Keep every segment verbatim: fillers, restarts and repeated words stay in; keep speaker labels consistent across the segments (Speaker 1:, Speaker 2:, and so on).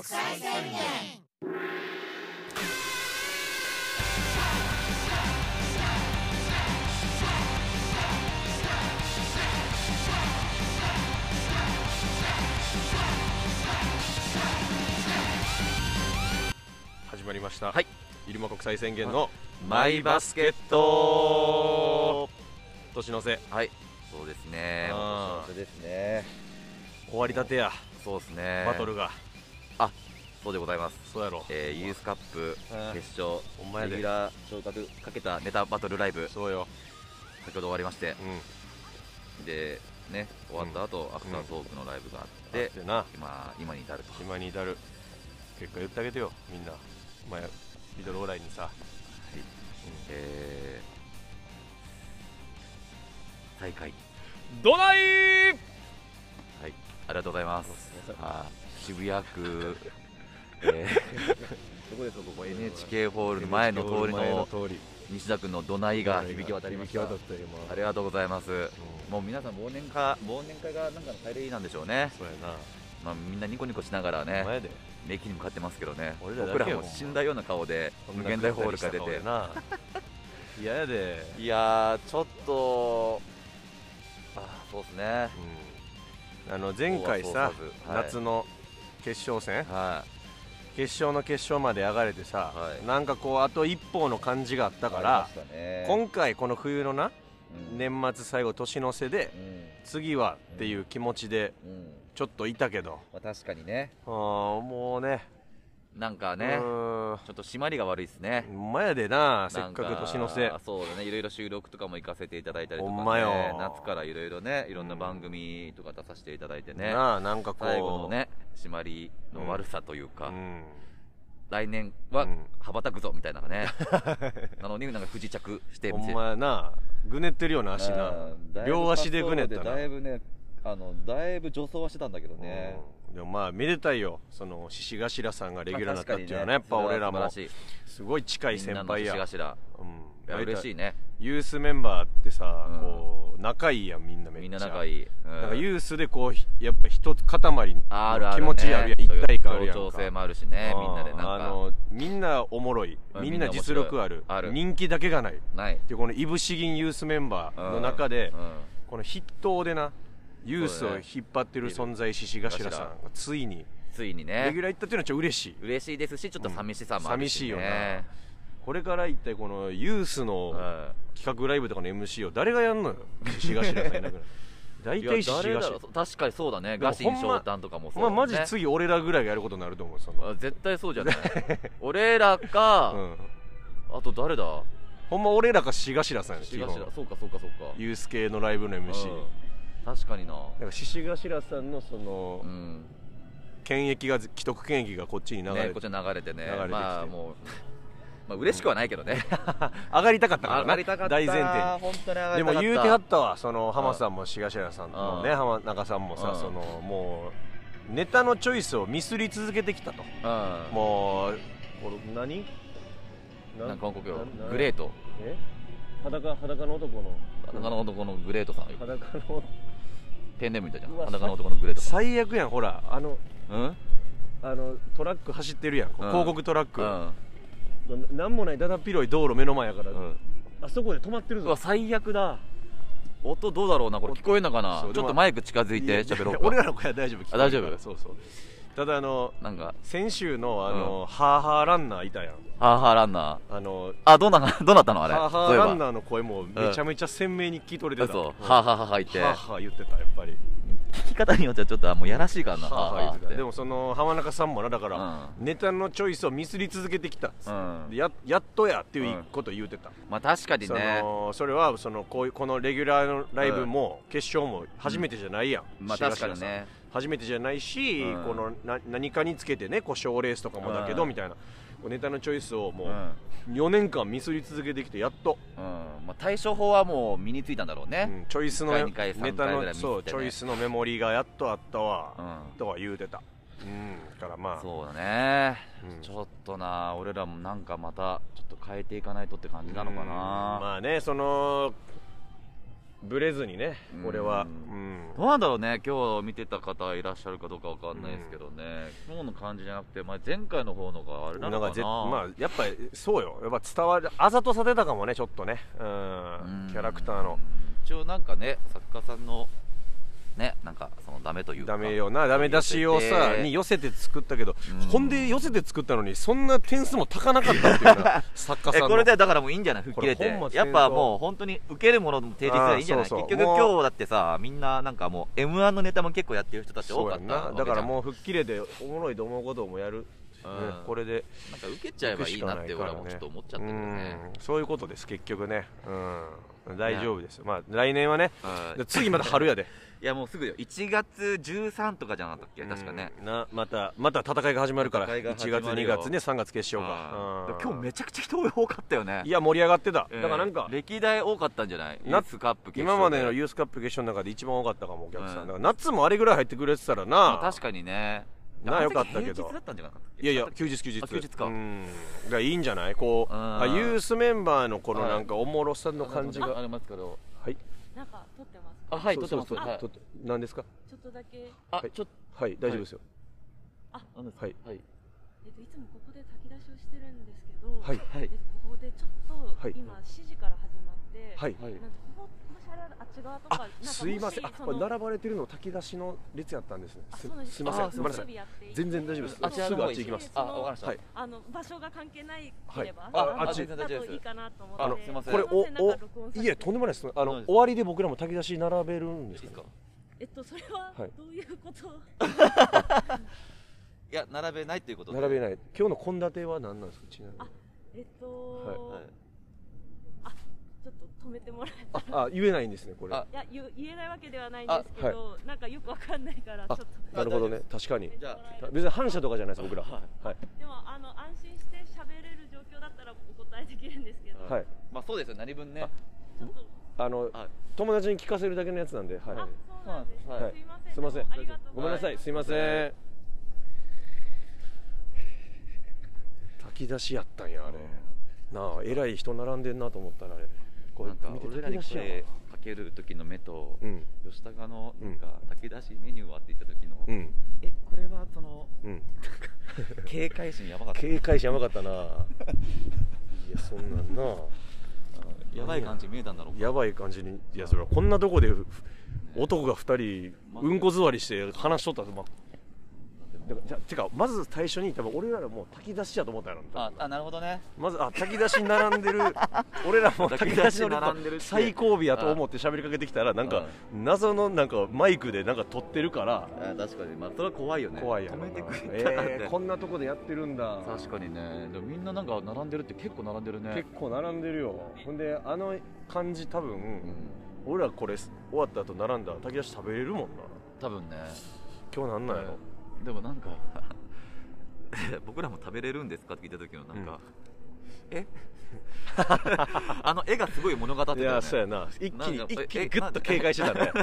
Speaker 1: 際宣言。
Speaker 2: 始まりました。
Speaker 3: はい、
Speaker 2: 入間国際宣言の
Speaker 3: マイバスケット
Speaker 2: 年の瀬。
Speaker 3: はい、そうですね。
Speaker 2: あー
Speaker 3: 年の瀬ですね。
Speaker 2: 終わりたてや。
Speaker 3: そうですね。
Speaker 2: バトルが。
Speaker 3: あ、そうでございます。
Speaker 2: そうやろ。
Speaker 3: えー、ユースカップ決勝
Speaker 2: お前で
Speaker 3: レギュラー昇格かけたネタバトルライブ、
Speaker 2: そうよ。
Speaker 3: 先ほど終わりまして、
Speaker 2: うん。
Speaker 3: でね、終わった後、
Speaker 2: うん
Speaker 3: アフタートークのライブがあって、
Speaker 2: でな、
Speaker 3: 今今に至ると。
Speaker 2: 今に至る。結果言ってあげてよ、みんな。まあ、ミドルオーライにさ。
Speaker 3: はい、えー、大会。
Speaker 2: どない。
Speaker 3: はい、ありがとうございます。あー、渋谷区、えー、どこですか、ここ エヌエイチケー ホールの前の通りの西田君のどないが響き渡りました。ありがとうございます。うん、もう皆さん忘年会忘年会がなんかの帰りなんでしょうね。
Speaker 2: そうやな。
Speaker 3: まあみんなニコニコしながらね、
Speaker 2: 前で
Speaker 3: 駅に向かってますけどね。
Speaker 2: 俺ら
Speaker 3: 僕らも死んだような顔で無限大ホールから出て。
Speaker 2: いややで。
Speaker 3: いやー、ちょっと、あ、そうですね。
Speaker 2: うん、あの前回さ、はい、夏の決勝戦、はい、決勝の決勝まで上がれてさ、はい、なんかこうあと一歩の感じがあったから、ね、今回この冬のな、うん、年末最後年の瀬で、うん、次はっていう気持ちでちょっといたけど、
Speaker 3: まあ、確かにね、
Speaker 2: あもうね、なんかね、ちょ
Speaker 3: っと締まりが悪いですね。
Speaker 2: ほんまやでな、せっかく年の瀬。
Speaker 3: そうだね、いろいろ収録とかも行かせていただいたりとか、ね、ほんまよ、夏からいろいろね、いろんな番組とか出させていただいてね、うん、なあ、なんかこう最後のね、締まりの悪さというか、うんうん、来年は羽ばたくぞみたいなね、なのになんか不時着してみせる。
Speaker 2: ほんまやな、ぐねってるような足な、両足でぐねったな。
Speaker 3: だいぶね、あのだいぶ助走はしてたんだけどね。
Speaker 2: でもまあめでたいよ、その獅子頭さんがレギュラーになったっていうのはね、やっぱ俺らもすごい近い先輩や。
Speaker 3: みんなの獅子頭、うん、いや嬉しいね。
Speaker 2: ユースメンバーってさ、うん、こう仲いいやん、みんなめっちゃ。みんな仲いい。うん、なんかユースでこうやっぱ一塊の気持ちあるやん、一体感あるやんか。
Speaker 3: 協調性もあるしね、みんなでなんか
Speaker 2: あのみんなおもろい、みんな実力ある、人気だけがない。ないでこのいぶし銀ユースメンバーの中で、うんうん、この筆頭でな。ユースを引っ張ってる存在、獅子頭さんがついに
Speaker 3: ついにね
Speaker 2: レギュラー行ったっていうのはちょっと嬉しい
Speaker 3: 嬉しいですし、ちょっと寂しさもあるし、ね、
Speaker 2: うん、寂しいよな。これから一体このユースの企画ライブとかの エムシー を誰がやんのよ、獅子頭さんいなくなる。大体獅子頭。
Speaker 3: 確かにそうだね。ガシン翔太とかもそうだね。
Speaker 2: まあマジ次俺らぐらいがやることになると思う。その
Speaker 3: 絶対そうじゃない。俺らか、うん、あと誰だ。
Speaker 2: ほんま俺らか獅子頭さんや。
Speaker 3: 獅子頭、そうかそうかそうか。
Speaker 2: ユース系のライブの エムシー、うん、
Speaker 3: 確かにな。
Speaker 2: なんか獅子頭さんのその、うん、権益が既得権益がこっちに流れて、
Speaker 3: ね、こっちに流れてね、まあもうまあ嬉しくはないけどね。
Speaker 2: 上がりたかったからな、
Speaker 3: 上がりたかった、
Speaker 2: 大前提。
Speaker 3: 本当に上がりたかった。
Speaker 2: でも言うてはったわ、その浜さんも獅子頭さんもね、浜中さんもさ、そのもうネタのチョイスをミスり続けてきたと。もうこれ何？
Speaker 3: なんかグレート。
Speaker 2: え？裸裸の男の
Speaker 3: 裸の男のグレートさん。
Speaker 2: 裸の
Speaker 3: ペンネームみたいじゃん。裸の男のグレートさん。
Speaker 2: 最悪やん、ほらあの、
Speaker 3: うん？
Speaker 2: あのトラック走ってるやん、広告トラック。なんもないだだっ広い道路目の前やから、あそこで止まってるぞ。
Speaker 3: うわ最悪だ。音どうだろうな、これ聞こえんのかな。ちょっとマイク近づいて喋ろうか。
Speaker 2: 俺らの声は大丈夫。
Speaker 3: 大丈夫。
Speaker 2: そうそう。ただあの
Speaker 3: なんか
Speaker 2: 先週のあのハーハーランナーいたやん。
Speaker 3: ハーハーランナー。
Speaker 2: あの
Speaker 3: あどうなどうなったのあれ。
Speaker 2: ハーハーランナーの声もめちゃめちゃ鮮明に聞き取れてた。
Speaker 3: そう。ハーハーハーハー言って。
Speaker 2: ハーハー言ってたやっぱり。
Speaker 3: 聞き方によってはちょっともうやらしいからな。
Speaker 2: ハーハー言ってた。でもその浜中さんもな、だからネタのチョイスをミスり続けてきた。ややっとやっていうこと言うてた。
Speaker 3: まあ確かにね。
Speaker 2: それはそのこういうこのレギュラーのライブも決勝も初めてじゃないやん。
Speaker 3: まあ確かにね。
Speaker 2: 初めてじゃないし、うん、このな何かにつけてね、こう賞レースとかもだけど、うん、みたいなネタのチョイスをもうよねんかんミスり続けてきてやっと、
Speaker 3: うんまあ、対処法はもう身についたんだろうね、
Speaker 2: うん、チョイスのネタの、ね、そうチョイスのメモリーがやっとあったわ、うん、とは言うてた、うん、からまあ
Speaker 3: そうだね、うん、ちょっとな俺らもなんかまたちょっと変えていかないとって感じなのかな。
Speaker 2: まあね、そのブレずにね、これは、うん、
Speaker 3: どうなんだろうね、今日見てた方いらっしゃるかどうかわかんないですけどね、今日の感じじゃなくて、まあ、前回の方のがあれなのかな。
Speaker 2: まあやっぱりそうよ、やっぱ伝わる、あざとさ出たかもね、ちょっとね、うん、キャラクターの
Speaker 3: 一応なんかね、作家さんのね、なんかそのダメというか
Speaker 2: ダメよな、ダメ出しをさに寄せて作ったけど、ほんで寄せて作ったのにそんな点数も高なかったっていうな作家さんの
Speaker 3: これでだからもういいんじゃない、吹っ切れて、やっぱもう本当に受けるものも提示すればいいんじゃない。結局今日だってさ、みんななんかもう エムワン のネタも結構やってる人たち多かった
Speaker 2: だからもう吹っ切れておもろいと思うこともやる、これで
Speaker 3: なんか受けちゃえばいいなって俺はもうちょっと思っちゃったけどね。
Speaker 2: そういうことです結局ね、大丈夫です。まあ来年はね、次また春やで。
Speaker 3: いやもうすぐよ、いちがつじゅうさんとかじゃなかったっけ、確かね。
Speaker 2: なまたまた戦いが始まるから、いちがつにがつね、さんがつ決勝か。
Speaker 3: 今日めちゃくちゃ人多かったよね。
Speaker 2: いや盛り上がってた。だからなんか
Speaker 3: 歴代多かったんじゃない、ユースカップ決勝。
Speaker 2: 今までのユースカップ決勝の中で一番多かったかも、お客さん。だから夏もあれぐらい入ってくれてたらな、
Speaker 3: 確かにね、
Speaker 2: なあよかったけど。いやいや休日休日
Speaker 3: 休日か。
Speaker 2: うんだからいいんじゃない、こうユースメンバーのこのなんかおもろさの感じが
Speaker 3: ありますけど。
Speaker 2: はい、
Speaker 1: なんか撮ってますか。
Speaker 3: あ、はい、撮ってます。
Speaker 2: 何ですか。
Speaker 1: ちょっとだけ。
Speaker 3: あ、ちょっ
Speaker 2: とはい大丈夫ですよ。
Speaker 1: あ、
Speaker 3: はい
Speaker 1: はい。えっといつもここで炊き出しをしてるんですけど、
Speaker 2: はいはい。
Speaker 1: ここでちょっと今しちじから始まって、
Speaker 2: はい。
Speaker 1: なんでここもしあれあっち側とか、
Speaker 2: すいません、あこれ並ばれてるの炊き出しの列やったんですね。すみません、ごめんなさい。全然大丈夫です。
Speaker 3: あちら
Speaker 2: すぐあっち行きます。
Speaker 3: あ、わかりました。はい。
Speaker 1: あの場所が関係ないければ、
Speaker 2: あ
Speaker 3: あっちだと
Speaker 1: いいかなと思って。
Speaker 3: あのすみません。
Speaker 2: これおおいえとんでもないです。あの終わりで僕らも炊き出し並べるんですか。
Speaker 1: えっとそれはどういうこと？
Speaker 3: いや並べないということで。
Speaker 2: 並べない。今日の献立は何なんですかちなみに。
Speaker 1: あえっとあちょっと止めてもらえた
Speaker 2: ら。あ言えないんですねこれ。
Speaker 1: いや言えないわけではないんですけど、なんかよくわかんないからちょっと。
Speaker 2: なるほどね、確かに。別に反射とかじゃないです僕ら。はい。
Speaker 1: でもあの安心して喋れる状況だったらお答えできるんですけど。
Speaker 2: はい。
Speaker 3: まあそうですよ、何分ね。
Speaker 2: あの友達に聞かせるだけのやつなんで、はい。
Speaker 1: そうなんです。
Speaker 2: はい。すみません。ごめんなさい。すみません。炊き出しやったんやあれ。なあ、偉い人並んでんなと思ったらあれ。
Speaker 3: こうなんか俺らにこれかける時の目と吉高のなんか炊き出しメニューはって言った時の、えこれはその警戒心やばかった。
Speaker 2: 警戒心やばかったな。いやそんなんな。
Speaker 3: やばい感じ見えたんだろうか。
Speaker 2: やばい感じに、いやそれはこんなとこで男がふたりうんこ座りして話しとったら、まあ、てかまず最初に多分俺らもう炊き出しやと思ったやろ。
Speaker 3: ああなるほどね。
Speaker 2: まずあ炊き出しに並んでる俺らも炊き出しの並んでる最後尾やと思って喋りかけてきたらなんか謎のなんかマイクでなんか撮ってるから。
Speaker 3: あ確かにまあそれは怖いよね。
Speaker 2: 怖いやろ。
Speaker 3: 止めてくれ
Speaker 2: えー、こんなとこでやってるんだ。
Speaker 3: 確かにね。でもみんななんか並んでるって結構並んでるね。
Speaker 2: 結構並んでるよ。ほんであの感じ多分、うん、俺らこれ終わった後並んだら炊き出し食べれるもんな
Speaker 3: 多分ね。
Speaker 2: 今日なんなんやろ。
Speaker 3: でもなんか僕らも食べれるんですかって聞いた時のなんか、うん、えあの絵がすごい物語ってたよね。
Speaker 2: いやそうやな、一気に一気にグッと警戒してたね、うん、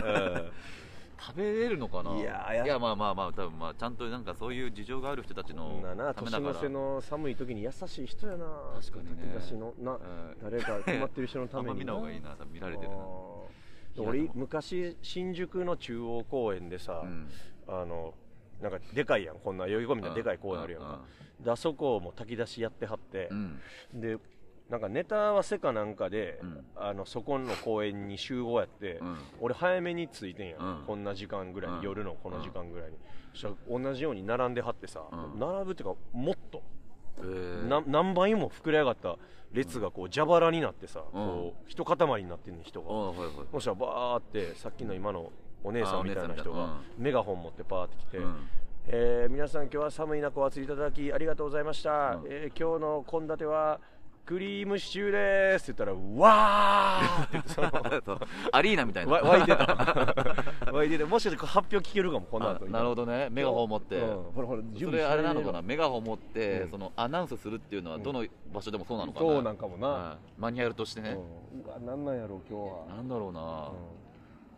Speaker 3: 食べれるのかな。
Speaker 2: いや
Speaker 3: いやまあまあまあ多分まあちゃんとなんかそういう事情がある人たちのためだから。
Speaker 2: 年の瀬の寒い時に優しい人やな。
Speaker 3: 確かにね。
Speaker 2: 炊き出しのな、うん、誰か困ってる人のために
Speaker 3: 見た方がいいな。見られてるな。
Speaker 2: 俺昔新宿の中央公園でさ、うん、あのなんかでかいやん、こんな代々木みたいなでかい公園あるやんか。であそこも炊き出しやってはって、うん、でなんかネタ合わせかなんかで、うん、あのそこの公園に集合やって、うん、俺早めに着いてんやん、うん、こんな時間ぐらいに、うん、夜のこの時間ぐらいに、そしたら同じように並んではってさ、うん、並ぶっていうかもっと、えー、な何倍も膨れ上がった列がこう蛇腹になってさ、うん、こう一塊になってんねん人が、うん、はいはい、そしたらバーってさっきの今のお姉さんみたいな人がメガホン持ってパーって来て、うん、えー、皆さん今日は寒い中お集まりいただきありがとうございました、うん、えー、今日の献立はクリームシチューですって言ったらわーって言ってその
Speaker 3: アリーナみたいな
Speaker 2: 湧いてた湧いてて、もしかして発表聞けるかもこの後。
Speaker 3: なるほどね。メガホン持って、うん、ほらほらそれあれなのかな、メガホン持って、うん、そのアナウンスするっていうのはどの場所でもそうなのかな、
Speaker 2: うん、そうなんかもな、
Speaker 3: うん、マニュアルとしてね、
Speaker 2: うん、うわなんなんやろう今日は。
Speaker 3: なんだろうな、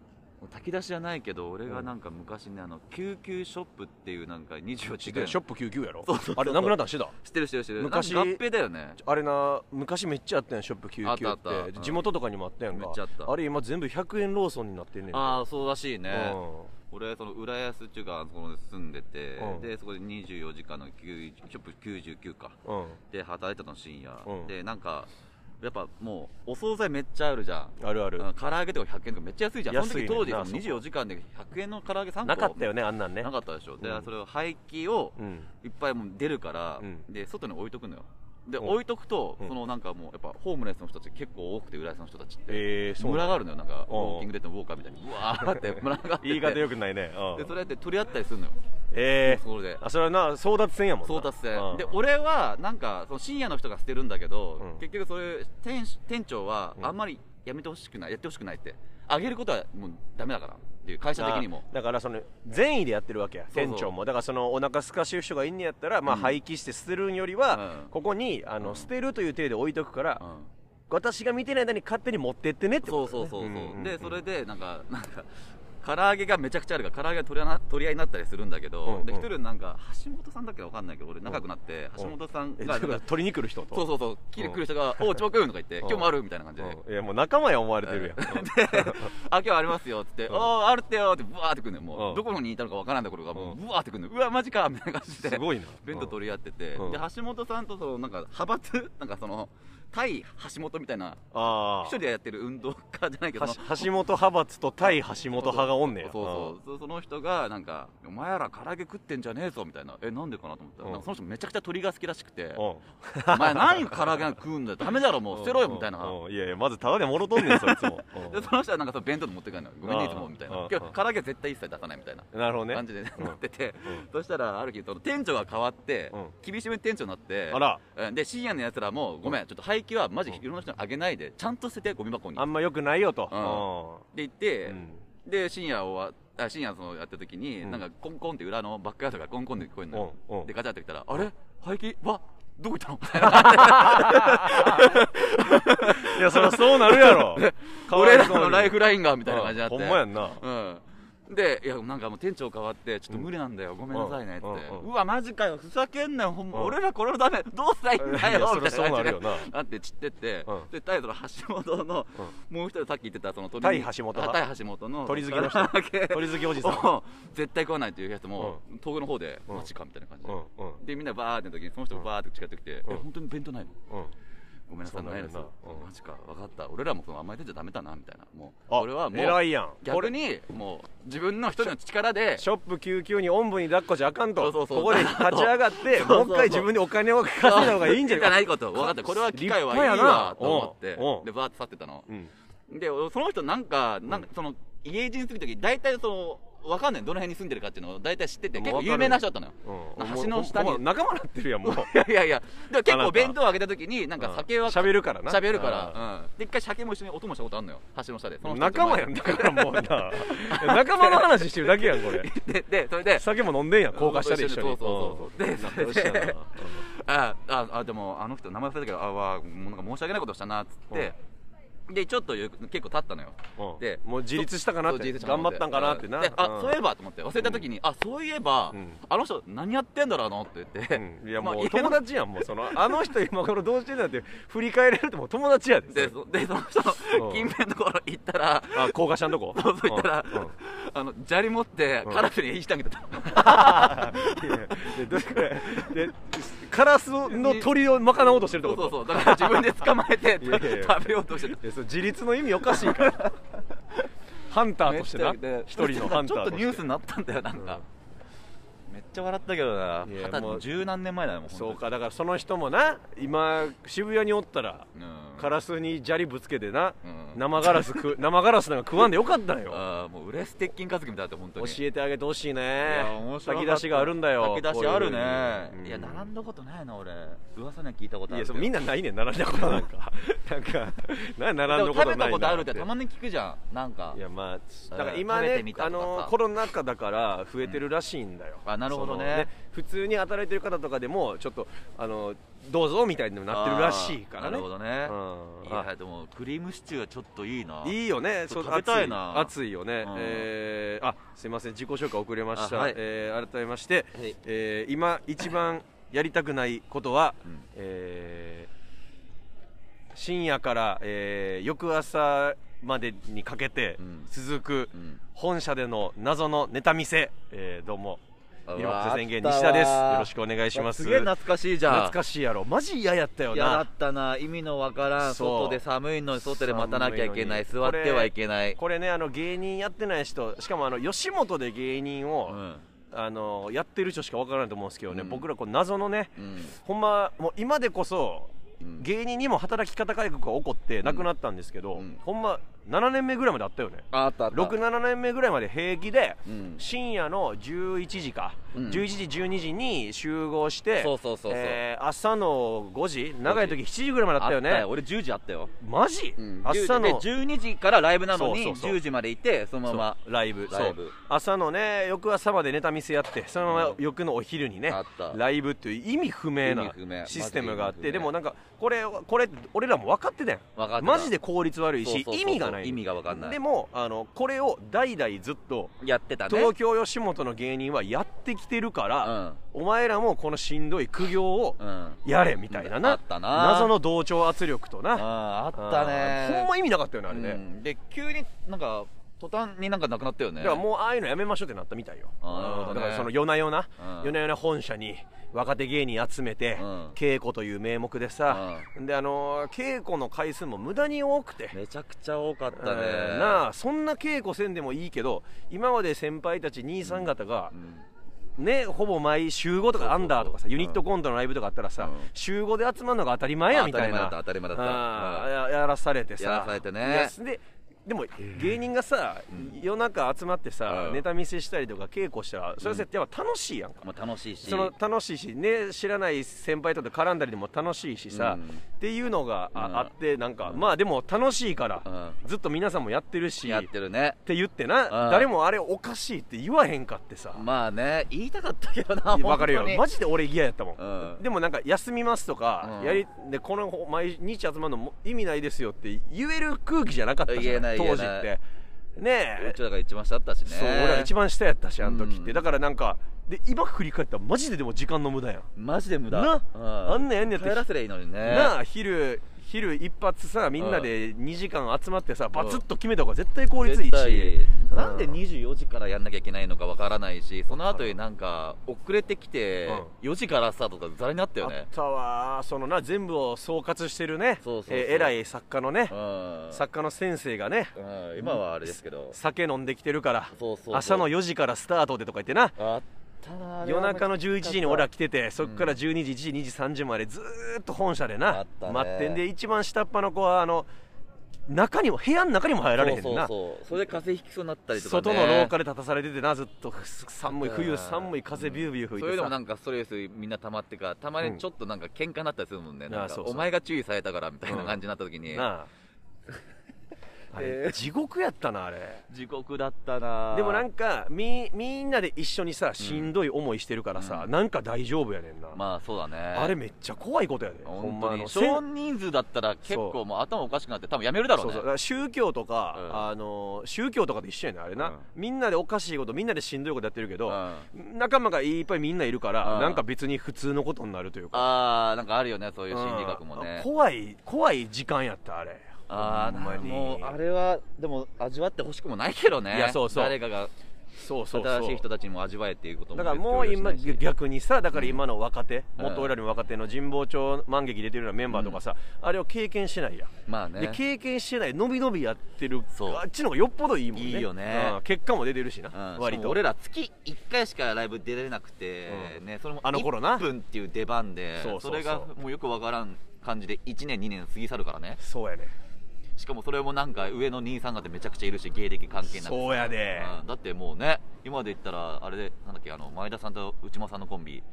Speaker 3: 炊き出しじゃないけど俺がなんか昔ねあの救急ショップっていうなんかにじゅうよじかん
Speaker 2: ショップ救急やろ。
Speaker 3: そうそうそう
Speaker 2: あれなくなったんしてた。
Speaker 3: 知ってる知ってる知ってる
Speaker 2: 昔
Speaker 3: 合併だよね。
Speaker 2: あれな昔めっちゃあったやんショップ救急
Speaker 3: あったあった
Speaker 2: って、
Speaker 3: うん
Speaker 2: 地元とかにもあったやんか。
Speaker 3: めっちゃあった
Speaker 2: あれ今全部ひゃくえんローソンになってんねん。
Speaker 3: ああそうらしいね。
Speaker 2: う
Speaker 3: 俺その浦安っていうかそこに住んでて、
Speaker 2: うん
Speaker 3: でそこでにじゅうよじかんのショップきゅうじゅうきゅうか
Speaker 2: んうん
Speaker 3: で働いてたの深夜、
Speaker 2: うん
Speaker 3: でなんかやっぱもうお惣菜めっちゃあるじゃん。
Speaker 2: あるある。
Speaker 3: うん唐揚げとかひゃくえんとかめっちゃ安いじゃん。その
Speaker 2: 安いね
Speaker 3: 時当時
Speaker 2: なそこ
Speaker 3: そのにじゅうよじかんでひゃくえんの唐揚げさんこ
Speaker 2: なかったよねあんなんね。
Speaker 3: なかったでしょ。で、
Speaker 2: うん
Speaker 3: それを廃棄を
Speaker 2: うん
Speaker 3: いっぱいもう出るから、
Speaker 2: うん
Speaker 3: で外に置いとくのよ。で、
Speaker 2: うん
Speaker 3: 置いとくと、
Speaker 2: うん
Speaker 3: そのなんかもうやっぱホームレスの人たち結構多くて浦安の人たちって
Speaker 2: えー、そう
Speaker 3: 群
Speaker 2: なん
Speaker 3: がるのよ。なんかウ
Speaker 2: うん
Speaker 3: ォーキングデッドのウォーカーみたいにうわーって群がってて
Speaker 2: 言い方よくないね。うん
Speaker 3: でそれやって取り合ったりするのよ。
Speaker 2: えー、
Speaker 3: それで
Speaker 2: あそれはな争奪戦やもんな。
Speaker 3: 争奪戦、
Speaker 2: うん
Speaker 3: で俺はなんかその深夜の人が捨てるんだけど、
Speaker 2: うん
Speaker 3: 結局それ店店長は
Speaker 2: うん
Speaker 3: あんまりやめてほしくない、やってほしくないって、あげることはもうダメだからっていう会社的にも。
Speaker 2: あだからその善意でやってるわけや
Speaker 3: そうそう
Speaker 2: 店長も。だからそのお腹すかしてる人がいんねやったら、まあ、
Speaker 3: うん
Speaker 2: 廃棄して捨てるんよりは、
Speaker 3: うん
Speaker 2: ここにあの、
Speaker 3: うん
Speaker 2: 捨てるという体で置いとくから、
Speaker 3: うん
Speaker 2: 私が見てない間に勝手に持ってってねって
Speaker 3: そう
Speaker 2: こと
Speaker 3: そうそうそう、
Speaker 2: だねんんん
Speaker 3: でそれでなんかなんか唐揚げがめちゃくちゃあるから唐揚げが取り合な取り合いになったりするんだけど、
Speaker 2: うんうん
Speaker 3: で一人なんか橋本さんだっけわかんないけど俺仲良くなって、
Speaker 2: うん
Speaker 3: 橋本さん
Speaker 2: え
Speaker 3: がなんか
Speaker 2: だから取りに来る人と
Speaker 3: そうそうそう来る来る人が「おう千葉君」とか言って「
Speaker 2: うん
Speaker 3: 今日もある?」みたいな感じで
Speaker 2: うんいやもう仲間や思われてるやん、
Speaker 3: で「あ今日ありますよ」っつって「
Speaker 2: うん
Speaker 3: おーあるってよ」ってブワーってくるのよ。も
Speaker 2: うん
Speaker 3: うどこにいたのかわからないところがもう
Speaker 2: うん
Speaker 3: ブワーってくるのよ。うわマジかみたいな感じです
Speaker 2: ごいな
Speaker 3: 弁当取り合ってて、
Speaker 2: うん
Speaker 3: で橋本さんとそのなんか派閥なんかその対橋本みたいな
Speaker 2: あ
Speaker 3: 一人でやってる運動家じゃないけど
Speaker 2: あ橋本派閥と対橋本派がおんねや。
Speaker 3: そうそうそうその人がなんか「お前ら唐揚げ食ってんじゃねえぞ」みたいな「えなんでかな?」と思ったら、
Speaker 2: うん
Speaker 3: なんかその人めちゃくちゃ鳥が好きらしくて
Speaker 2: うん
Speaker 3: 「お前何唐揚げ食うんだよダメだろもう捨てろよ」みたいな。
Speaker 2: うんうんいやいやまずただでもろとんねんそいつも、うん
Speaker 3: でその人はなんかその弁当で持って帰るのよ。ごめんねいつもみたいな
Speaker 2: うん。
Speaker 3: 今日唐揚げ絶対一切出さないみたいな
Speaker 2: なるほどね
Speaker 3: 感じでな
Speaker 2: うん
Speaker 3: ってて、
Speaker 2: うん
Speaker 3: そしたらある日その店長が変わって、
Speaker 2: うん
Speaker 3: 厳しめに店長になって
Speaker 2: あら
Speaker 3: うんで深夜のやつらもごめんちょっと廃棄はマジいろんな人にあげないでちゃんと捨ててゴミ箱に
Speaker 2: あんまよくないよと、
Speaker 3: で行って、
Speaker 2: うん
Speaker 3: で深夜終わあ深夜そのやった時に、
Speaker 2: うん
Speaker 3: なんかコンコンって裏のバックヤードからコンコンって聞こえるのよ、
Speaker 2: うんうん
Speaker 3: でガチャって来たら、あれ廃棄わどこ行ったのみたいない
Speaker 2: やそりゃそうなるやろ
Speaker 3: 俺らのライフラインがみたいな感じになって、
Speaker 2: うんほんまやんな
Speaker 3: うんでいやなんかもう店長変わってちょっと無理なんだよ、ごめんなさいねって、
Speaker 2: うんうん
Speaker 3: う
Speaker 2: うん
Speaker 3: わマジかよふざけんなよほんま、
Speaker 2: うん
Speaker 3: 俺らこれのためどうしたらいいんだ
Speaker 2: いやそりゃ
Speaker 3: よみたいな感じで
Speaker 2: そうなるよな
Speaker 3: なって散ってって、
Speaker 2: うん
Speaker 3: で対その橋本の、もう一人さっき言ってたその鳥
Speaker 2: 対橋本派
Speaker 3: あ対橋本の
Speaker 2: 鳥好きの人
Speaker 3: 唐揚げ
Speaker 2: 鳥好きおじさん
Speaker 3: を絶対食わないっていうやつも、遠くの方で、
Speaker 2: うん
Speaker 3: マジかみたいな感じで、
Speaker 2: うんうん
Speaker 3: でみんなバーっての時にその人がバーって近寄ってきて、
Speaker 2: うん
Speaker 3: え本当に弁当ないの
Speaker 2: うん
Speaker 3: ごめんなさい
Speaker 2: そうなんやな
Speaker 3: ないですよ、
Speaker 2: うん
Speaker 3: マジか分かった俺らもその甘えてちゃダメだなみたいなもう
Speaker 2: あ
Speaker 3: 俺はもう
Speaker 2: 偉いやんこれ
Speaker 3: 逆にもう自分の一人の力で
Speaker 2: ショップ救急におんぶに抱っこじゃあかんと
Speaker 3: そうそうそう
Speaker 2: ここで立ち上がって
Speaker 3: そうそうそう
Speaker 2: もう一回自分でお金を稼いだ方がいいんじゃないか
Speaker 3: ないこと分かったこれは機会はいい
Speaker 2: 立派やな
Speaker 3: わと思って
Speaker 2: うんうん
Speaker 3: でバーって去ってたの
Speaker 2: うん
Speaker 3: でその人なんかなんかその家路に着く時大体その分かんないどの辺に住んでるかっていうのを大体知ってて結構有名な人だったのよ
Speaker 2: うん
Speaker 3: 橋の下に
Speaker 2: もう仲間なってるやんもう
Speaker 3: いやいやいやでも結
Speaker 2: あなた
Speaker 3: 構弁当をあげた時になんか酒は
Speaker 2: 喋るからな
Speaker 3: 喋るからうんで一回酒も一緒にお供したことあるのよ橋の下でその人
Speaker 2: 仲間やんだからもうな仲間の話してるだけやんこれ
Speaker 3: ででそれで
Speaker 2: 酒も飲んでんやん高架下で一緒に
Speaker 3: そうそうそうでそれ
Speaker 2: 仲良しやな
Speaker 3: であああでもあの人名前忘れたけどあわもうなんか申し訳ないことしたなっつってでちょっと結構経ったのよ
Speaker 2: うん
Speaker 3: で
Speaker 2: もう自立したかなって
Speaker 3: そう自立した
Speaker 2: 頑張ったんかなってな
Speaker 3: であ
Speaker 2: うん
Speaker 3: そういえばと思って忘れた時にあそういえば
Speaker 2: うん
Speaker 3: あの人何やってんだろうなって言って
Speaker 2: うんいや
Speaker 3: まあ
Speaker 2: もう友達やんもうそのあの人今頃どうしてんだって振り返れるってもう友達やで
Speaker 3: でそでその人の近辺のところ行ったら
Speaker 2: あ高架下のとこ
Speaker 3: そうそう言ったら
Speaker 2: うんうん
Speaker 3: あの砂利持ってカラスに餌してあげてた
Speaker 2: いやでどうでカラスの鳥を賄おうとしてるって
Speaker 3: そう
Speaker 2: こと
Speaker 3: そうそうだから自分で捕まえて
Speaker 2: いやいやいや
Speaker 3: 食べようとしてる
Speaker 2: いやそれ自立の意味おかしいからハンターとしてな
Speaker 3: で
Speaker 2: 一人のハンターとして
Speaker 3: ちょっとニュースになったんだよなんか、めっちゃ笑ったけどない
Speaker 2: やもう
Speaker 3: 二十十何年前だよもう
Speaker 2: そうかだからその人もな今渋谷におったら
Speaker 3: うん
Speaker 2: カラスに砂利ぶつけてな
Speaker 3: うん
Speaker 2: 生ガラス食う生ガラスなんか食わんでよかったんよ
Speaker 3: あーもう嬉し鉄筋家族みたいだった本当
Speaker 2: 教
Speaker 3: に
Speaker 2: えてあげてほしい
Speaker 3: い
Speaker 2: ね
Speaker 3: や面白かった
Speaker 2: 炊き出しがあるんだよ
Speaker 3: 炊き出しあるね
Speaker 2: こういう
Speaker 3: いや並んだことないな俺噂には聞いたことあるけど
Speaker 2: いやそうみんなないねん並んだことなんかなんかな並んだ
Speaker 3: でも
Speaker 2: ことないな
Speaker 3: 食べたことあるってたまに聞くじゃんなんか
Speaker 2: いやまあだから
Speaker 3: うん
Speaker 2: 今ね
Speaker 3: 食べてみた
Speaker 2: あ
Speaker 3: とかさ
Speaker 2: のコロナ禍だから増えてるらしいんだよ
Speaker 3: あなるほどね。
Speaker 2: そのね普通に働いてる方とかでもちょっとあのどうぞみたいになってるらしいからね。
Speaker 3: なるほどね。
Speaker 2: うん、
Speaker 3: いやでもクリームシチューはちょっといいな。
Speaker 2: いいよね。
Speaker 3: ちょっと食べたいな。
Speaker 2: 熱いよね。
Speaker 3: うん、
Speaker 2: えー、あすいません自己紹介遅れました。
Speaker 3: はい、
Speaker 2: えー、改めまして、
Speaker 3: はい、
Speaker 2: えー、今一番やりたくないことは、うん、えー、深夜から、えー、翌朝までにかけて続く本社での謎のネタ見せ、えー、どうもミルマックス宣言西田です。よろしくお願いします。
Speaker 3: すげえ懐かしいじゃん。
Speaker 2: 懐かしいやろ。マジ嫌やったよな。
Speaker 3: 嫌だったな。意味のわからん。外で寒いのに外で待たなきゃいけない。座ってはいけない。
Speaker 2: これねあの芸人やってない人、しかもあの吉本で芸人を、うん、あのやってる人しかわからないと思うんですけどね、うん、僕らこう謎のね、うん、ほんまもう今でこそ芸人にも働き方改革が起こってなくなったんですけど、うん、ほんまななねんめぐらいまであったよね。
Speaker 3: あったあった。
Speaker 2: ろく、ななねんめぐらいまで平気で、うん、深夜のじゅういちじか、うん、じゅういちじじゅうにじに集合して、
Speaker 3: そうそうそうそう、
Speaker 2: えー、朝のごじ、長い時しちじぐらいまであったよね。
Speaker 3: あったよ。俺じゅうじあったよ。
Speaker 2: マジ、うん、朝の
Speaker 3: でじゅうにじからライブなのにじゅうじまでいてそのまま
Speaker 2: ライブ。そう朝のね翌朝までネタ見せやってそのまま翌のお昼にね、うん、ライブっていう意味不明なシステムがあって、でもなんかこれこれ俺らも分かってたやん。マジで効率悪いし意味がない。
Speaker 3: 意味が分かんない。
Speaker 2: でもあのこれを代々ずっと
Speaker 3: やってたね。
Speaker 2: 東京吉本の芸人はやってきてるから、うん、お前らもこのしんどい苦行をやれみたいなな、うん、
Speaker 3: あったな。
Speaker 2: 謎の同調圧力とな、
Speaker 3: あったね。
Speaker 2: ほんま意味なかったよねあれね、うん、
Speaker 3: で急になんか途端になんかなくなったよね。
Speaker 2: だからもうああいうのやめましょうってなったみたいよ。
Speaker 3: あ、なるほどね。
Speaker 2: だからその夜な夜な、うん、夜な夜な本社に若手芸人集めて、うん、稽古という名目でさ、うん、であのー、稽古の回数も無駄に多くて
Speaker 3: めちゃくちゃ多かったね、
Speaker 2: えー、なあそんな稽古せんでもいいけど今まで先輩たち兄さん方が、うん、ねほぼ毎週ごとかアンダーとかさユニットコントのライブとかあったらさ、うん、週ごで集まるのが当たり前やみたいな。
Speaker 3: 当たり前だった当たり前だった、
Speaker 2: うん、や, やらされてさ
Speaker 3: やらされてね。
Speaker 2: ででも芸人がさ、うん、夜中集まってさ、うん、ネタ見せしたりとか稽古したらそれはやっぱ楽しいやんか、
Speaker 3: うん、楽しいし
Speaker 2: その楽しいし、ね、知らない先輩と絡んだりでも楽しいしさ、うん、っていうのが あ,、うん、あってなんか、うん、まあでも楽しいから、うん、ずっと皆さんもやってるし
Speaker 3: やってるね
Speaker 2: って言ってな、うん、誰もあれおかしいって言わへんかってさ。
Speaker 3: まあね言いたかったけどな。
Speaker 2: 分かるよマジで俺嫌やったもん、
Speaker 3: うん、
Speaker 2: でもなんか休みますとか、うん、やりでこの毎日集まるの意味ないですよって言える空気じゃなかったじゃん当時ってねえ。
Speaker 3: うちらが一番下だったしね。
Speaker 2: そう俺ら一番下やったしあの時って、うん、だからなんかで今振り返ったらマジででも時間の無駄やん。
Speaker 3: マジで無駄
Speaker 2: な、
Speaker 3: うん、
Speaker 2: あんなやんねやって
Speaker 3: 帰らせりゃいいのにね。
Speaker 2: なあ昼昼一発さみんなでにじかん集まってさ、うん、バツッと決めた方が絶対効率いいし、
Speaker 3: うん、なんでにじゅうよじからやんなきゃいけないのかわからないしその後になんか遅れてきてよじからスタートとかざらになったよね。
Speaker 2: あったわそのな全部を総括してるね偉い作家のね、うん、作家の先生がね、
Speaker 3: うん、今はあれですけど
Speaker 2: 酒飲んできてるから
Speaker 3: そうそうそう
Speaker 2: 朝のよじからスタートでとか言ってな
Speaker 3: あ
Speaker 2: 夜中のじゅういちじに俺ら来ててそこからじゅうにじいちじにじさんじまでずーっと本社でな待ってんで一番下っ端の子はあの中にも部屋の中にも入られへんねんな。
Speaker 3: そうそうそうそれで風邪ひきそうになったりとかね
Speaker 2: 外の廊下で立たされててなずっと寒い冬寒い風ビュービュー吹いてさ、うん、
Speaker 3: それでもなんかストレスみんな溜まってからたまにちょっとなんか喧嘩になったりするもんね、うん、なんかお前が注意されたからみたいな感じになった時に、うん、なあ
Speaker 2: あれ地獄やったなあれ
Speaker 3: 地獄だったな。
Speaker 2: でもなんか み, みんなで一緒にさしんどい思いしてるからさ、うん、なんか大丈夫やねんな。
Speaker 3: まあそうだね
Speaker 2: あれめっちゃ怖いことやで
Speaker 3: ほんまに少人数だったら結構もう頭おかしくなって多分やめるだろうね。
Speaker 2: そうそう宗教とか、うん、あの宗教とかと一緒やねんあれな、うん、みんなでおかしいことみんなでしんどいことやってるけど、うん、仲間がいっぱいみんないるから、うん、なんか別に普通のことになるというか
Speaker 3: あーなんかあるよねそういう心理学もね、
Speaker 2: うん、怖い怖い時間やったあれ。
Speaker 3: ああもうあれはでも味わってほしくもないけどね。
Speaker 2: いやそうそう
Speaker 3: 誰かが
Speaker 2: そうそうそう
Speaker 3: 新しい人たちにも味わえっていうことも
Speaker 2: だからもう今逆にさだから今の若手、うん、もっと俺らの若手の神保町万劇出てるようなメンバーとかさ、うん、あれを経験してないやん。
Speaker 3: まあねで
Speaker 2: 経験してないのびのびやってるあっちの方がよっぽどいいもんね。
Speaker 3: いいよね、
Speaker 2: うん、結果も出てるしな、うん、割と
Speaker 3: 俺ら月いっかいしかライブ出れなくて、うん、ねそれも
Speaker 2: あの頃ない
Speaker 3: っぷんっていう出番で
Speaker 2: そうそうそう
Speaker 3: それがもうよくわからん感じでいちねんにねん過ぎ去るからね。
Speaker 2: そうやね。
Speaker 3: しかもそれもなんか上の兄さん方めちゃくちゃいるし芸歴関係なく
Speaker 2: そうやで、
Speaker 3: うん、だってもうね今まで言ったらあれでなんだっけあの前田さんと内間さんのコンビ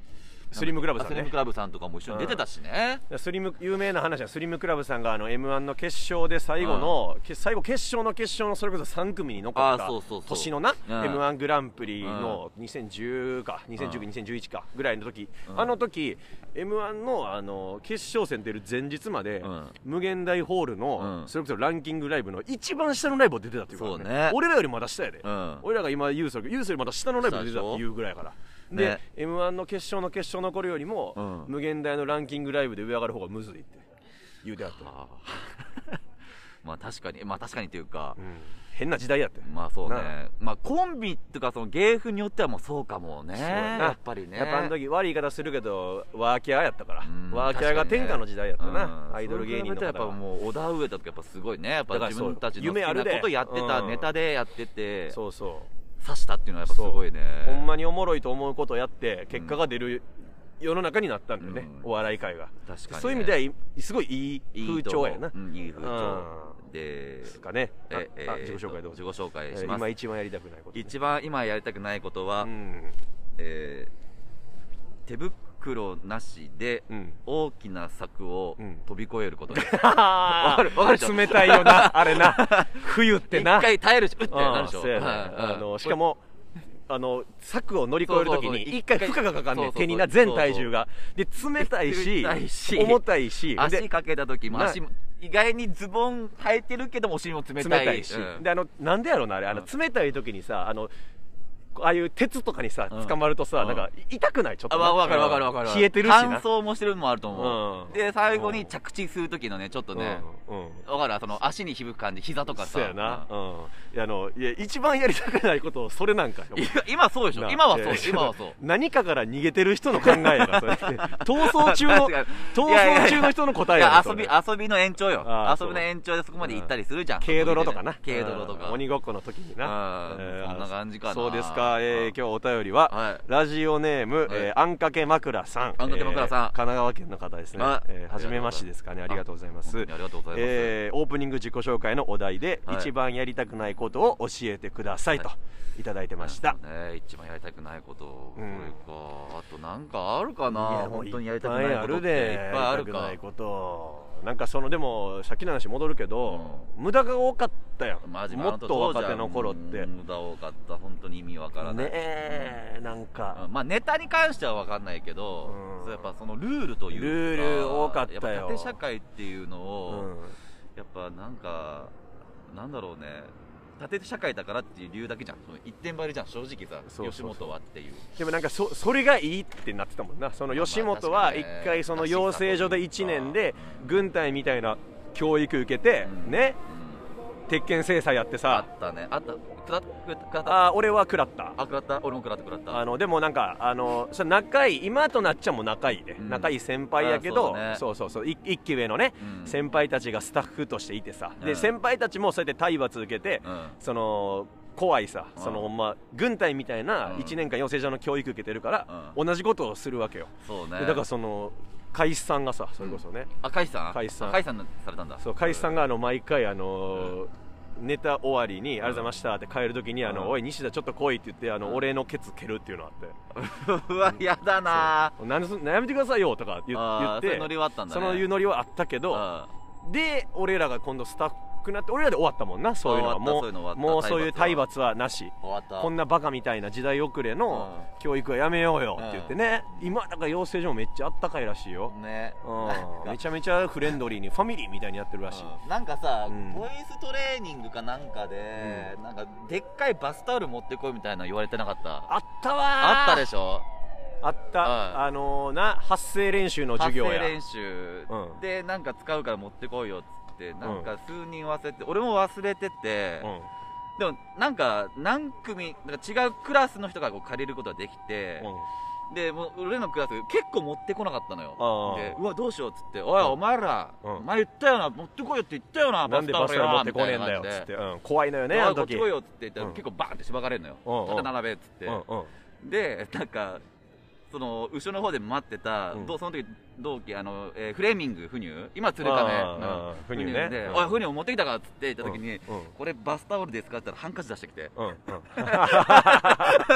Speaker 2: スリムクラブさんね、
Speaker 3: スリムクラブさんとかも一緒に出てたしね、
Speaker 2: うん、スリム有名な話はスリムクラブさんがあの エムワン の決勝で最後の、うん、最後決勝の決勝のそれこそさん組に残った年のな、うん、エムワン グランプリのにせんじゅうかにせんじゅうきゅう、にせんじゅういちかぐらいの時、うん、あの時 エムワン の, あの決勝戦出る前日まで、うん、無限大ホールの、うん、それこそランキングライブの一番下のライブを出てたっていうから ね, ね俺らよりまだ下やで、うん、俺らが今ユースよりユースよりまだ下のライブで出てたっていうぐらいやからで、ね、エムワン の決勝の決勝残るよりも、うん、無限大のランキングライブで上上がる方がむずいって言うてあった、は
Speaker 3: あ、まあ確かにまあ確かにっていうか、うん、
Speaker 2: 変な時代やって
Speaker 3: まあそうねまあコンビとかその芸風によってはもうそうかもねやっぱりね
Speaker 2: やっぱあの時悪い言い方するけどワーキャーやったから、うん、ワーキャーが天下の時代やったな、うん、アイドル芸人の方が
Speaker 3: やっぱもう小田上田とかやっぱすごいねやっぱ自分たちの好きなことやってたネタでやってて、うん、
Speaker 2: そうそう
Speaker 3: 刺したっていうのはやっぱすごいね
Speaker 2: ほんまにおもろいと思うことをやって結果が出る世の中になったんだよね、うん、お笑い界が確かに、ね、そういう意味ではすごいいい風潮やな、
Speaker 3: いい、うん、いい風潮
Speaker 2: ですかね
Speaker 3: え
Speaker 2: えあ自己紹介どうぞ
Speaker 3: 自己紹介します、
Speaker 2: えー、今一番やりたくないこと、ね、
Speaker 3: 一番今やりたくないことは、うんえー、手袋なしで大きな柵を飛び越えることです、うん、わかるわかるでしょ
Speaker 2: 冷たいよなあれな冬ってな
Speaker 3: 一回耐えるしうってなるでしょ、
Speaker 2: うんあのしかもあの柵を乗り越えるときに一回負荷がかかんねん手にな全体重がで冷たいし重たいし
Speaker 3: 足かけたときも足意外にズボン履いてるけどもお尻も冷たい
Speaker 2: 冷たいし、うん、であのなんでやろうなあれあの冷たいときにさあのああいう鉄とかにさ捕まるとさ、うん、なんか痛くないちょっと
Speaker 3: 分かる分かる分かる
Speaker 2: 冷えてるしな
Speaker 3: 乾燥もしてるのもあると思う、うん、で最後に着地する時のねちょっとね、うんうん、分かるその足に響く感じ膝とかさ
Speaker 2: そうやな、うんうん、いやあのいや一番やりたくないことをそれなんかよ
Speaker 3: 今そうでしょ今はそう今はそう
Speaker 2: 何かから逃げてる人の考えやからそれ逃走中の逃走中の人の答えや
Speaker 3: 遊び遊びの延長よ遊びの延長でそこまで行ったりするじゃん
Speaker 2: 軽泥とかな
Speaker 3: 軽泥とか
Speaker 2: 鬼ごっこの時にな
Speaker 3: そんな感じかな
Speaker 2: そうですか今日お便りは、はい、ラジオネーム、はいえー、あんかけ枕さん、
Speaker 3: あんかけ枕さん、えー、
Speaker 2: 神奈川県の方ですね、えー、はじめましてですかね、ありがとうございます。
Speaker 3: ありがとうございます、
Speaker 2: えー、オープニング自己紹介のお題で、はい、一番やりたくないことを教えてくださいと、はい、いただいてました、
Speaker 3: ね、一番やりたくないこと、うん、これかあとなんかあるかな本当にやりたくないことっていっぱいあるか
Speaker 2: やりたくないことなんかそのでもさっきの話戻るけど、うん、無駄が多かったやんもっと若手の頃って
Speaker 3: 無駄多かった本当に意味わからない
Speaker 2: ねえ、うん、なんか、
Speaker 3: うん、まあネタに関してはわかんないけど、うん、そうやっぱそのルールというか
Speaker 2: ルール多かったよ
Speaker 3: やっぱ縦社会っていうのを、うん、やっぱなんかなんだろうね縦社会だからっていう理由だけじゃんその一点張りじゃん正直さそうそうそう吉本はっていう
Speaker 2: でもなんか そ, それがいいってなってたもんなその吉本は一回その養成所でいちねんで軍隊みたいな教育受けて、うん、ね、うん、鉄拳制裁やってさ
Speaker 3: あったねあったくらくら
Speaker 2: ったあ俺は食らった
Speaker 3: あ食らった俺も食らった食らった
Speaker 2: あのでもなんかあのそれ仲いい今となっちゃも仲いいで、うん、仲いい先輩やけど、ね、そうそうそう一期上のね、うん、先輩たちがスタッフとしていてさ、うん、で先輩たちもそうやって体罰受けて、うん、その怖いさ、うん、そのほんま軍隊みたいないちねんかん養成所の教育受けてるから、うん、同じことをするわけよ
Speaker 3: そうね
Speaker 2: だからその海士さんがさそれこそね、
Speaker 3: うん、あ海士さん
Speaker 2: 海士さん
Speaker 3: 海士さんされたんだ
Speaker 2: そう海士さんがあの毎回あのーうんネタ終わりに、うん、ありがとうございましたって帰るときにあの、うん、おい西田ちょっと来いって言ってあの、うん、俺のケツ蹴るっていうのがあって
Speaker 3: うわやだな
Speaker 2: 何やめてくださいよとか言って
Speaker 3: そういうノリはあったんだね
Speaker 2: そういうノリはあったけどで俺らが今度スタッフになって俺らで終わったもんなそういうのはもうもうそういう体罰はなしこんなバカみたいな時代遅れの教育はやめようよって言ってね、うん、今だから養成所もめっちゃあったかいらしいよ、
Speaker 3: ね
Speaker 2: うん、めちゃめちゃフレンドリーにファミリーみたいにやってるらしい、
Speaker 3: うん、なんかさ、うん、ボイストレーニングかなんかで、うん、なんかでっかいバスタオル持ってこいみたいな言われてなかった
Speaker 2: あったわ
Speaker 3: あったでしょ
Speaker 2: あった、うん、あのー、な発声練習の授業や
Speaker 3: 発声練習、うん、でなんか使うから持ってこいよっつってなんか数人忘れて、うん、俺も忘れてて、うんでもなんか何組なんか違うクラスの人がこう借りることができて、うん、でもう俺のクラス結構持ってこなかったのよでうわどうしようっつっておい、うん、お前ら、うん、お前言ったよな持ってこいよって言ったよな
Speaker 2: なんでバスタオル持ってこねえんだよっつって、うん、怖いのよねあの時
Speaker 3: 持ってこいよっつって言ったら、うん、結構バーンってしばかれるのよ、うん、肩並べっつって、うんうん、でなんかその後ろの方で待ってた、うん、その時同期あの、えー、フレーミングフニュー今鶴亀の
Speaker 2: フニューね
Speaker 3: で、うん、おいフニュー持ってきたかっつって言った時に、うんうん、これバスタオルですかって言ったらハンカチ出してきて、うんうん、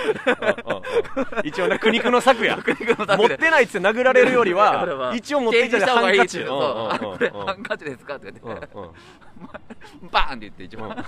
Speaker 2: 一応ね苦肉の策や。持ってないっつって殴られるよりは一応持ってきたらハンカチ。
Speaker 3: これハンカチですかって言ってバーンって言って一応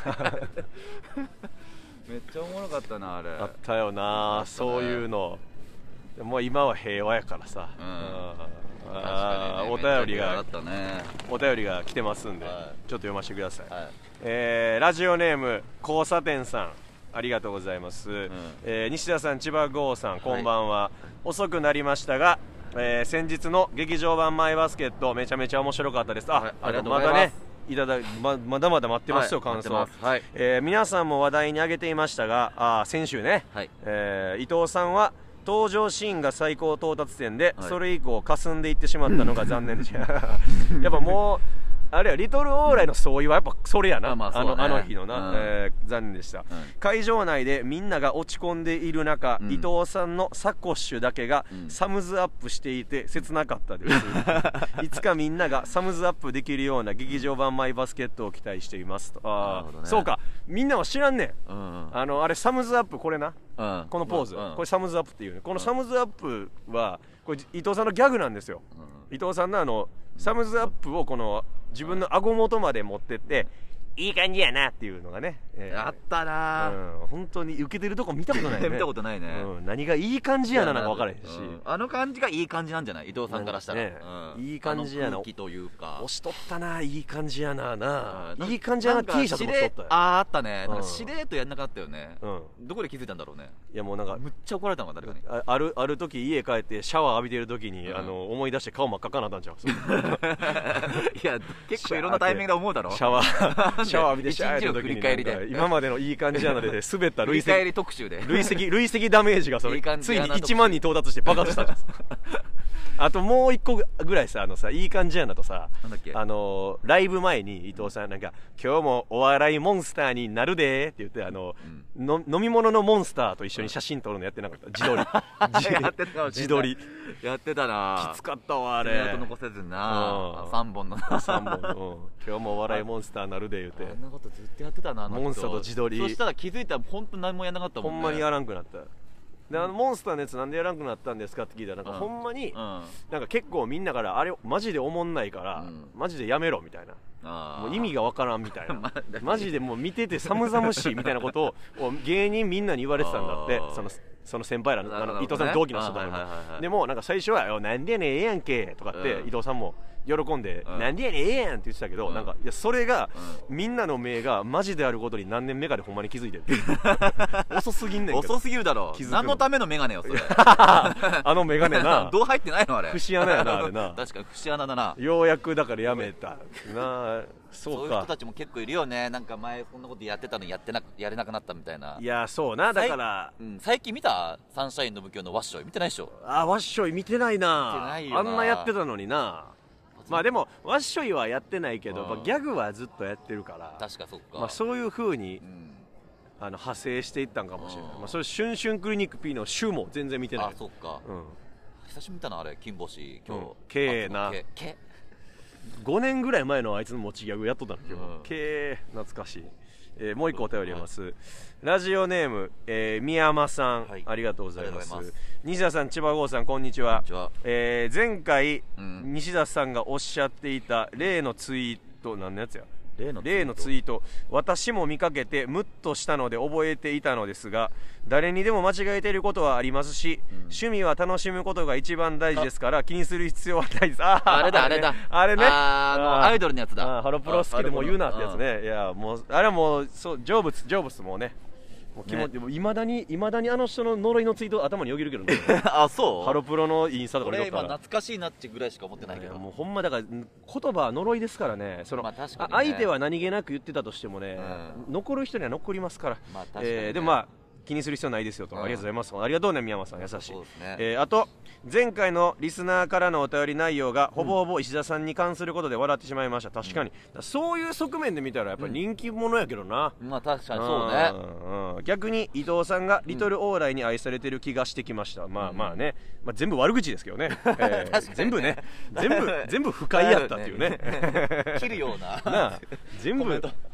Speaker 3: めっちゃおもろかったなあれ。
Speaker 2: あったよなそういうの。もう今は平和やからさ。お便りがお便りが来てますんでちょっと読ませてください。ラジオネーム交差点さん、ありがとうございます。西田さん、千葉郷さん、こんばんは。遅くなりましたが先日の劇場版マイバスケットめちゃめちゃ面白かったです。あ、ありがとうございます。まだねいただままだまだ待ってますよ、感想。皆さんも話題に挙げていましたが、先週ね伊藤さんは登場シーンが最高到達点で、はい、それ以降霞んでいってしまったのが残念でしたやっぱもうあれはリトルオーライの相違はやっぱそれやな、まあまあね、あのあの日のな、うんえー、残念でした、うん、会場内でみんなが落ち込んでいる中、うん、伊藤さんのサコッシュだけがサムズアップしていて切なかったです、うん、いつかみんながサムズアップできるような劇場版マイバスケットを期待していますと。あ、ね、そうか、みんなは知らんねん、うん、あのあれサムズアップこれな、うん、このポーズ、うん、これサムズアップっていうね。このサムズアップはこれ伊藤さんのギャグなんですよ、うん、伊藤さんのあのサムズアップをこの自分の顎元まで持ってっていい感じやなっていうのがね、えー、
Speaker 3: あったなー、
Speaker 2: うん、本当に受けてるとこ見たことないね
Speaker 3: 見たことないね、
Speaker 2: うん、何がいい感じやななんか分からへんし、
Speaker 3: うん、あの感じがいい感じなんじゃない、伊藤さんからしたら、ね
Speaker 2: うん、いい感じやな、
Speaker 3: あの空気というか
Speaker 2: 押しとったな、いい感じやなな、いい感じやな T シャツもしとったよ。
Speaker 3: あああったね、なんかしれーっとやんなかったよね、うん、どこで気づいたんだろうね。
Speaker 2: いやもうなんか
Speaker 3: むっちゃ怒られたのか誰かに。
Speaker 2: あ, あるある時家帰ってシャワー浴びてる時に、うん、あの思い出して顔真っ赤かなったんちゃう
Speaker 3: いや結構いろんなタイミングで思うだろ、
Speaker 2: シャワーシャワー浴びてシャーって時に
Speaker 3: 振り返りで
Speaker 2: 今までのいい感じやなで滑った累積
Speaker 3: 振り返り特集で
Speaker 2: 累積累積ダメージがそれ
Speaker 3: いい
Speaker 2: ついにいちまんに到達して爆発したんですあともう一個ぐらいさ、あのさいい感じやなとさ、
Speaker 3: なんだっけ、
Speaker 2: あのライブ前に伊藤さんなんか今日もお笑いモンスターになるでって言って、あの、うん、の飲み物のモンスターと一緒に写真撮るのやってなかった、自撮り
Speaker 3: やってた
Speaker 2: 自撮り
Speaker 3: やってたな、
Speaker 2: きつかったわあれ、
Speaker 3: 爪痕残せずにな、さんぼんの
Speaker 2: さんぼん、うん、今日もお笑いモンスターなるで言うて、
Speaker 3: あんなことずっとやってたな、
Speaker 2: モンスターと自撮り。
Speaker 3: そしたら気づいたら本当何もやらなかったもんね。
Speaker 2: ほんまにやらんくなった。であのモンスターのやつなんでやらんくなったんですかって聞いたら、なんかほんまに、うん、なんか結構みんなからあれマジでおもんないから、うん、マジでやめろみたいな、もう意味がわからんみたいなマジでもう見てて寒々しいみたいなことを芸人みんなに言われてたんだって、そのその先輩らの、あの伊藤さんの同期の人とかにも。でもなんか最初は「なんでやねんええやんけ」とかって、うん、伊藤さんも喜んで「なんでやねんええやん」って言ってたけど、なんかいやそれがみんなの目がマジであることに何年目かでほんまに気づいてる遅すぎんねんけど。
Speaker 3: 遅すぎるだろ、何のためのメガネよそれ
Speaker 2: あのメガネな
Speaker 3: どう入ってないのあれ、
Speaker 2: 節穴やなあれな
Speaker 3: 確かに節穴だな。
Speaker 2: ようやくだからやめたな。そうか、
Speaker 3: そういう人たちも結構いるよね。なんか前こんなことやってたのにやってなやれなくなったみたいな。
Speaker 2: いやそうな、だから、
Speaker 3: うん、最近見たサンシャインの部長のワッショイ見てないでしょ。
Speaker 2: あ、ワッショイ見てないな。
Speaker 3: 見てないよな、
Speaker 2: あんなやってたのにな。まあでもワッショイはやってないけど、うん、ギャグはずっとやってるから、
Speaker 3: 確かそっか、
Speaker 2: まあ、そういう風に、うん、あの派生していったんかもしれない、うん、まあ、それシュンシュンクリニック P のシュも全然見てない。
Speaker 3: あ、そっか、うん、久しぶり見たなあれ、金星今日、うん、
Speaker 2: K な
Speaker 3: K
Speaker 2: ごねんぐらい前のあいつの持ちギャグやっとったんだけど、うん、K 懐かしい。えー、もう一個お便りあります、はい、ラジオネーム、えー、宮山さん、はい、ありがとうございます。西田さん、千葉郷さん、こんにちは。えー、前回、うん、西田さんがおっしゃっていた例のツイート、何のやつや、例の例のツイート、私も見かけてムッとしたので覚えていたのですが、誰にでも間違えていることはありますし、うん、趣味は楽しむことが一番大事ですから気にする必要はないです。あ
Speaker 3: あれだあれだ
Speaker 2: あれね、
Speaker 3: あのアイドルのやつだ。
Speaker 2: ハロプロ好きでも言うなってやつね。いやもうあれはもうそう成仏成仏もね、もう気持ち、ね、いまだにいまだにあの人の呪いのツイート頭によぎるけどね
Speaker 3: あ、そう、
Speaker 2: ハロプロのインスタとか見とったら、
Speaker 3: 俺今懐かしいなってぐらいしか思ってないけど、
Speaker 2: もうほんまだから言葉は呪いですからね。その、まあ確かにね、相手は何気なく言ってたとしてもね、うん、残る人には残りますから、まあ確かにね、えー、でもまあ気にする必要ないですよと、うん、ありがとうございます。ありがとうね宮山さん、優しい。そうですね、えー、あと前回のリスナーからのお便り内容がほぼほぼ石田さんに関することで笑ってしまいました。確かに、うん、そういう側面で見たらやっぱり人気者やけどな、
Speaker 3: うん、まあ確かにそうね、
Speaker 2: うんうん、逆に伊藤さんがリトルオーライに愛されてる気がしてきました、うん、まあまあね、まあ、全部悪口ですけどね、えー、ね全部ね全部全部不快やったっていうね
Speaker 3: 切るような
Speaker 2: なあ全部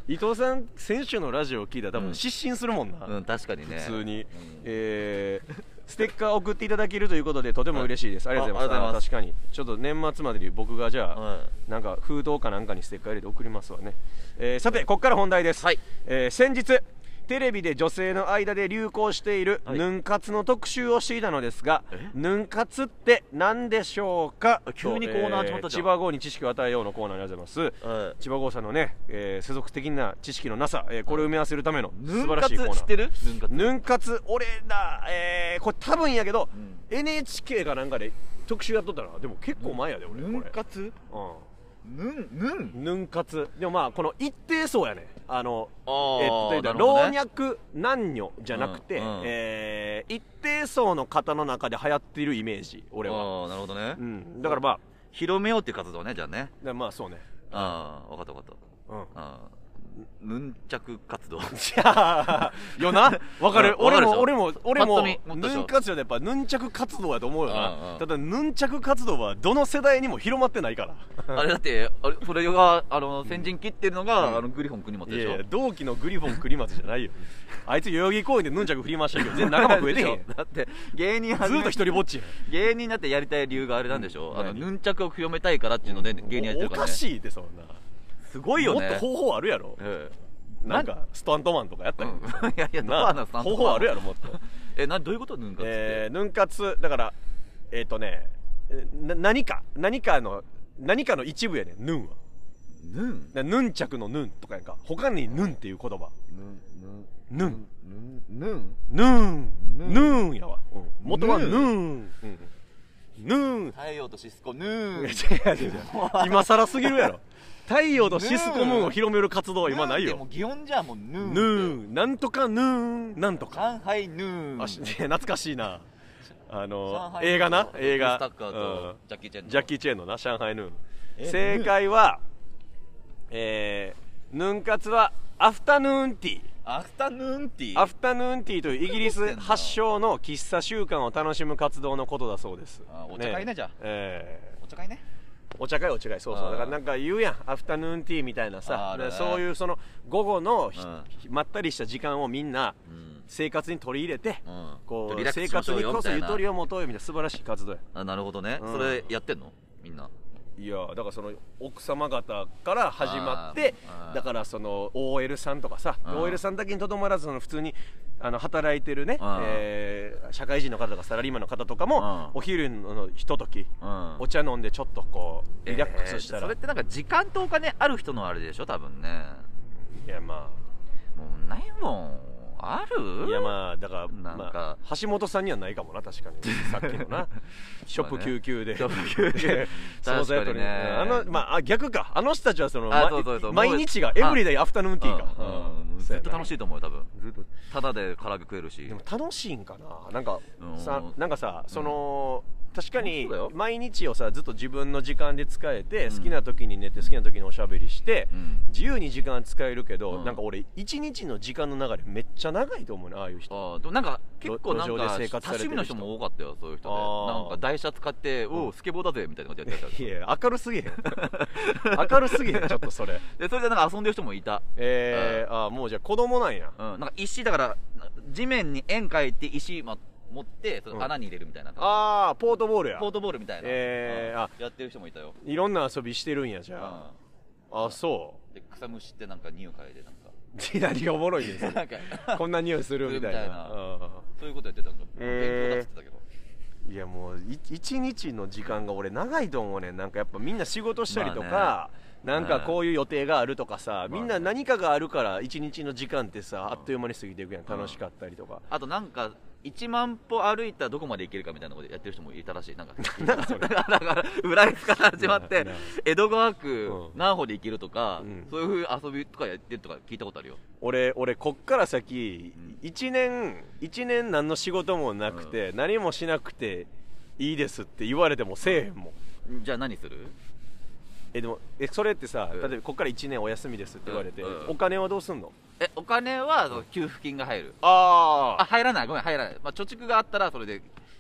Speaker 2: 伊藤さん選手のラジオを聞いたら多分失神するもんな、
Speaker 3: うん、確かにね、
Speaker 2: 普通に、
Speaker 3: うん、
Speaker 2: えー、ステッカー送っていただけるということでとても嬉しいです。ありがとうございます。確かにちょっと年末までに僕がじゃあ、はい、なんか封筒かなんかにステッカー入れて送りますわね。えー、さてここから本題です。はい、えー、先日テレビで女性の間で流行しているヌン活の特集をしていたのですが、ヌン活って何でしょうか。
Speaker 3: 急にコーナー始まったじゃん。
Speaker 2: 千葉郷に知識を与えようのコーナーにありがとうございます、はい、千葉郷さんのね、えー、世俗的な知識のなさ、えー、これを埋め合わせるための素晴らしいコーナー。
Speaker 3: ヌン活知ってる？
Speaker 2: ヌン活俺だ、えー、これ多分やけど、うん、エヌエイチケー かなんかで特集やっとったらでも結構前やで、俺
Speaker 3: ヌン活、うんヌンヌン
Speaker 2: ヌン活でもまあこの一定層やね、あの
Speaker 3: あ、
Speaker 2: えー、っと、ね、老若男女じゃなくて、うんうん、えー、一定層の方の中で流行っているイメージ俺は。
Speaker 3: ああなるほどね、
Speaker 2: うん、だからまあ
Speaker 3: 広めようっていう活動ね、じゃあね。
Speaker 2: まあそうね。
Speaker 3: ああ分かった分かった、うん、あヌン着活動
Speaker 2: よな、分かる。俺も俺も俺もヌン活動でやっぱヌン着活動やと思うよな。ただヌン着活動はどの世代にも広まってないから
Speaker 3: あれだってあれそれがあの先陣切ってるのが、うん、あのグリフォン国松でしょ。いやいや
Speaker 2: 同期のグリフォン国松じゃないよあいつ代々木公園でヌン着振りましたけど全然仲間増えてへん
Speaker 3: だって芸人
Speaker 2: ずっと一人ぼっち
Speaker 3: 芸人になってやりたい理由があれなんでしょ、うん、あのヌン着を広めたいからっていうので芸人やってるからね。
Speaker 2: おかしいってそんな
Speaker 3: すごいよね。
Speaker 2: もっと方法あるやろ、ええ、なんかスタントマンとかやったり、うん、い
Speaker 3: やいやドアのスタントマン
Speaker 2: 方法あるやろもっと
Speaker 3: えなどういうことヌン活って、
Speaker 2: えー、ヌン活だからえっ、ー、とねな何か何かの何かの一部やねんヌンは。
Speaker 3: ヌン
Speaker 2: ヌン着のヌンとかやんか。他にヌンっていう言葉ヌン
Speaker 3: ヌン
Speaker 2: ヌンヌンやわ、うん、元はヌンヌン
Speaker 3: 太陽とシスコヌーン
Speaker 2: 違う違う違う今更すぎるやろ太陽とシスコムーンを広める活動は今ないよ。
Speaker 3: もう擬音じゃんもうヌーン
Speaker 2: ヌーンなんとかヌーンなんとか
Speaker 3: 上海ヌーン。
Speaker 2: あし懐かしいなあの映画な映画
Speaker 3: スタッカーとジャッキーチェンの
Speaker 2: ジャッキーチェンのな上海ヌーン。正解はえーヌン活はアフタヌーンティー。
Speaker 3: アフタヌーンティー
Speaker 2: アフタヌーンティーというイギリス発祥の喫茶習慣を楽しむ活動のことだそうです。
Speaker 3: あお茶会ね、じゃあ、
Speaker 2: えー、
Speaker 3: お茶会ね
Speaker 2: お茶会お茶会そうそうだからなんか言うやんアフタヌーンティーみたいなさ、そういうその午後の、うん、まったりした時間をみんな生活に取り入れて、うん、こう生活にこそゆとりを持とうよみたいな素晴らしい活動や。
Speaker 3: あなるほどね、うん、それやってんのみんな。
Speaker 2: いやだからその奥様方から始まってだからその オーエル さんとかさ オーエル さんだけにとどまらずその普通にあの働いてるね、えー、社会人の方とかサラリーマンの方とかもお昼のひとときお茶飲んでちょっとこうリラックスしたら、
Speaker 3: えー、それってなんか時間とお金ある人のあれでしょ多分ね。
Speaker 2: いやま
Speaker 3: あもうないもんある。
Speaker 2: いやまあだから
Speaker 3: なんか、
Speaker 2: まあ、橋本さんにはないかもな確かにさっきのなショップ救急で
Speaker 3: ショップ救急
Speaker 2: 確かにねあのまあ逆かあの人たちはその
Speaker 3: あそうそうそう
Speaker 2: 毎日がエブリデイアフタヌーンティーか、
Speaker 3: うんうん、ずっと楽しいと思うよ多分ずっとただで唐揚げ食えるし。
Speaker 2: でも楽しいんかななんかさなんかさその、うん確かに毎日をさずっと自分の時間で使えて、うん、好きな時に寝て好きな時におしゃべりして、うん、自由に時間使えるけど、うん、なんか俺一日の時間の流れめっちゃ長いと思うねああいう人。
Speaker 3: あでもなんか結構なんか多趣味の人も多かったよそういう人で。なんか台車使って「おおスケボーだぜ」みたいなことやってた。
Speaker 2: いや明るすぎへん明るすぎへんちょっとそれ
Speaker 3: でそれでなんか遊んでる人もいた。
Speaker 2: えー、ああもうじゃあ子供なんや。
Speaker 3: うんなんか石だから地面に円描いて石ま持ってその穴に入れるみたいな、うん、
Speaker 2: ああポートボールや
Speaker 3: ポートボールみたいな、
Speaker 2: えー、あ
Speaker 3: やってる人もいたよ。
Speaker 2: いろんな遊びしてるんやじゃあ、うん、あそう
Speaker 3: で草むしってなんか匂い嗅いでなんか
Speaker 2: 何がおもろいですなんかこんな匂いするみたいな
Speaker 3: そういうことやってたんだ、えー、勉強だっつってたけど。
Speaker 2: いやもう一日の時間が俺長いと思うねん。なんかやっぱみんな仕事したりとか、まあね、なんかこういう予定があるとかさ、まあね、みんな何かがあるから一日の時間ってさ、あっという間に過ぎていくやん。楽しかったりとか、
Speaker 3: あとなんかいちまん歩歩いたらどこまで行けるかみたいなことやってる人もいたらしい。なんかだから浦安から始まって江戸川区何歩で行けるとか、うん、そういう遊びとかやってるとか聞いたことあるよ。
Speaker 2: 俺俺こっから先いちねんいちねん何の仕事もなくて、うん、何もしなくていいですって言われてもせえへんもん。
Speaker 3: じゃあ何する？
Speaker 2: えでもえそれってさ、例えばこっからいちねんお休みですって言われて、うんうん、お金はどうすんの？
Speaker 3: えお金は給付金が入る。
Speaker 2: あ
Speaker 3: あ入らないごめん入らない、まあ、貯蓄があったらそれで